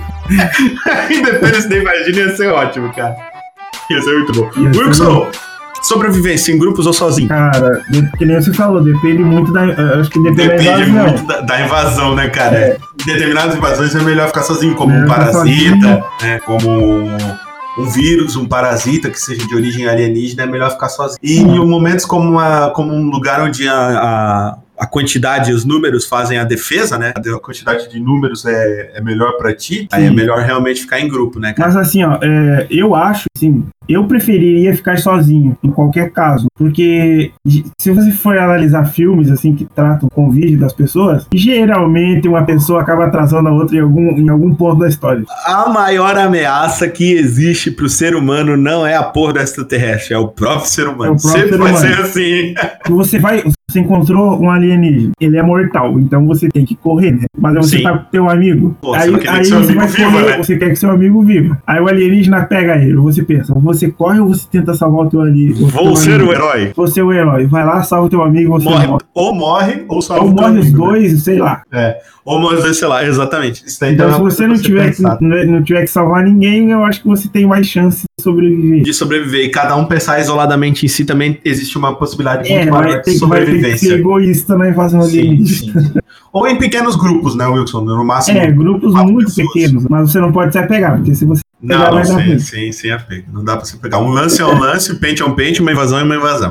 A: Independence Day, Varginha ia ser ótimo, cara. Ia ser muito bom. Wilson, sobrevivência em grupos ou sozinho?
B: Cara, que nem você falou, depende muito da... Acho que
A: depende muito da invasão, né, cara? Em determinadas invasões é melhor ficar sozinho, como um parasita, né, como... um vírus, um parasita que seja de origem alienígena, é melhor ficar sozinho. E em momentos como um lugar onde a quantidade e os números fazem a defesa, né? A quantidade de números é melhor pra ti, aí é melhor realmente ficar em grupo, né, cara?
B: Mas assim, ó, eu acho, assim, Eu preferiria ficar sozinho, em qualquer caso. Porque se você for analisar filmes assim que tratam com o convívio das pessoas, geralmente uma pessoa acaba atrasando a outra em algum ponto da história.
A: A maior ameaça que existe pro ser humano não é a porra do extraterrestre, é o próprio ser humano. Sempre vai ser assim.
B: Você encontrou um alienígena, ele é mortal, então você tem que correr, né? Mas você tá com teu amigo.
A: Pô,
B: aí você vai correr, né? Você quer que seu amigo viva. Aí o alienígena pega ele, você pensa, você corre ou você tenta salvar o teu alienígena?
A: Vou ser o herói.
B: Vou ser o herói. Vai lá, salva o teu amigo, você morre.
A: Ou morre, ou salva
B: o teu amigo. Ou morre os dois,
A: né?
B: sei lá.
A: Ou morre os dois, sei lá, exatamente. Isso daí
B: então se você não tiver que salvar ninguém, eu acho que você tem mais chance de sobreviver.
A: De sobreviver. E cada um pensar isoladamente em si também existe uma possibilidade muito maior de sobrevivência. Vai ter que ser
B: egoísta na invasão alienígena.
A: Sim. Ou em pequenos grupos, né, Wilson? No máximo.
B: Grupos muito pequenos, mas você não pode se apegar, porque se você
A: não, sem apego. Não dá pra você pegar. Um lance é um lance, pente é um pente, uma invasão é uma invasão.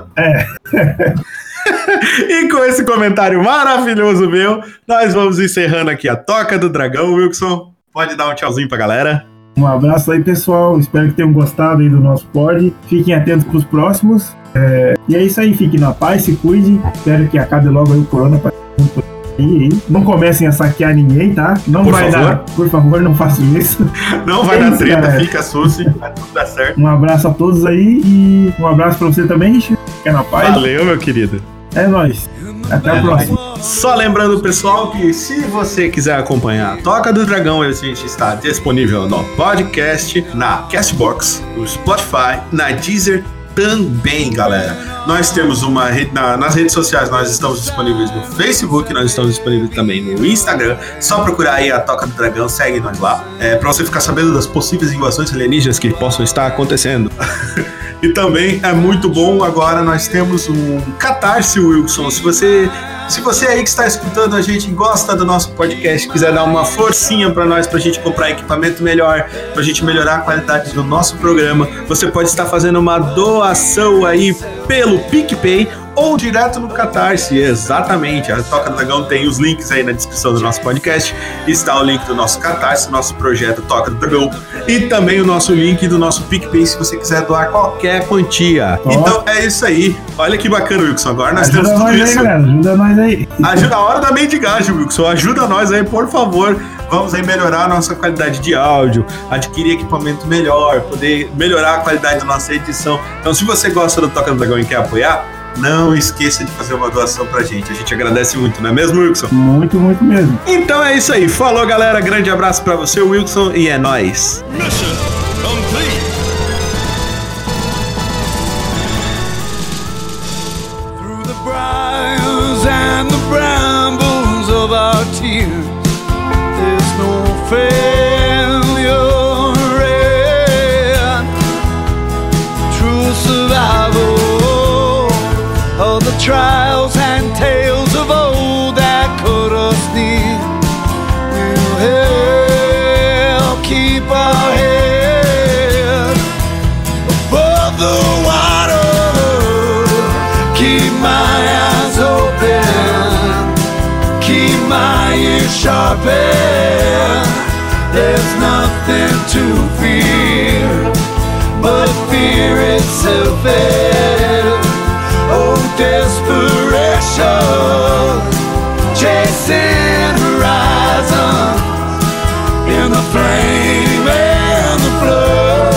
A: E com esse comentário maravilhoso meu, nós vamos encerrando aqui a Toca do Dragão. Wilson, pode dar um tchauzinho pra galera?
B: Um abraço aí, pessoal. Espero que tenham gostado aí do nosso pod. Fiquem atentos pros próximos. E é isso aí. Fiquem na paz, se cuidem. Espero que acabe logo aí o corona pra não comecem a saquear ninguém, tá? Não
A: por
B: vai
A: favor.
B: dar. Por favor, não façam isso.
A: Não vai dar treta, galera. Fica susto, vai tudo dar certo.
B: Um abraço a todos aí e um abraço pra você também, Richard. Fica na paz.
A: Valeu, meu querido.
B: É nóis. Até a próxima.
A: Só lembrando, pessoal, que se você quiser acompanhar a Toca do Dragão, a gente está disponível no podcast, na Castbox, no Spotify, na Deezer também, galera. Nós temos uma rede nas redes sociais, nós estamos disponíveis no Facebook, nós estamos disponíveis também no Instagram. Só procurar aí a Toca do Dragão, segue nós lá, pra você ficar sabendo das possíveis invasões alienígenas que possam estar acontecendo. E também é muito bom, agora nós temos um Catarse, Wilson. Se você aí que está escutando a gente gosta do nosso podcast, quiser dar uma forcinha para nós, pra gente comprar equipamento melhor, pra gente melhorar a qualidade do nosso programa, você pode estar fazendo uma doação aí pelo PicPay ou direto no Catarse, exatamente. A Toca do Dragão tem os links aí na descrição do nosso podcast. Está o link do nosso Catarse, nosso projeto Toca do Dragão, e também o nosso link do nosso PicPay, se você quiser doar qualquer quantia. Então é isso aí. Olha que bacana, Wilson. Agora nós temos tudo isso.
B: Aí, galera. Ajuda nós aí.
A: Ajuda a hora da mendigagem, Wilson. Ajuda nós aí, por favor. Vamos aí melhorar a nossa qualidade de áudio, adquirir equipamento melhor, poder melhorar a qualidade da nossa edição. Então, se você gosta do Toca do Dragão e quer apoiar, não esqueça de fazer uma doação pra gente. A gente agradece muito, não é mesmo, Wilson?
B: Muito, muito mesmo.
A: Então é isso aí. Falou, galera. Grande abraço pra você, Wilson, e é nóis.
D: Mission complete. Through the briars and the brambles of our tears, there's no failure in true survival of the trials and tales of old that cut us near. We'll help keep our head above the water, keep my eyes open, keep my ears sharpened. There's nothing to fear but fear itself. Oh, desperation, chasing horizons in the flame and the flood.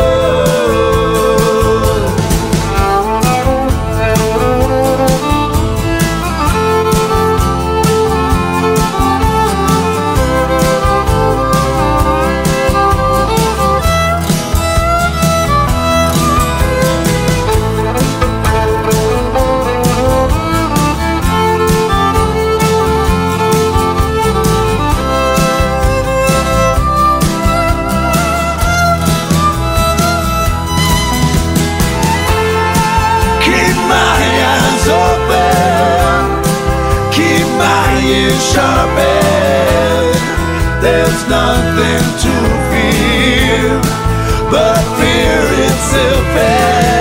D: Sharpened, there's nothing to fear but fear itself.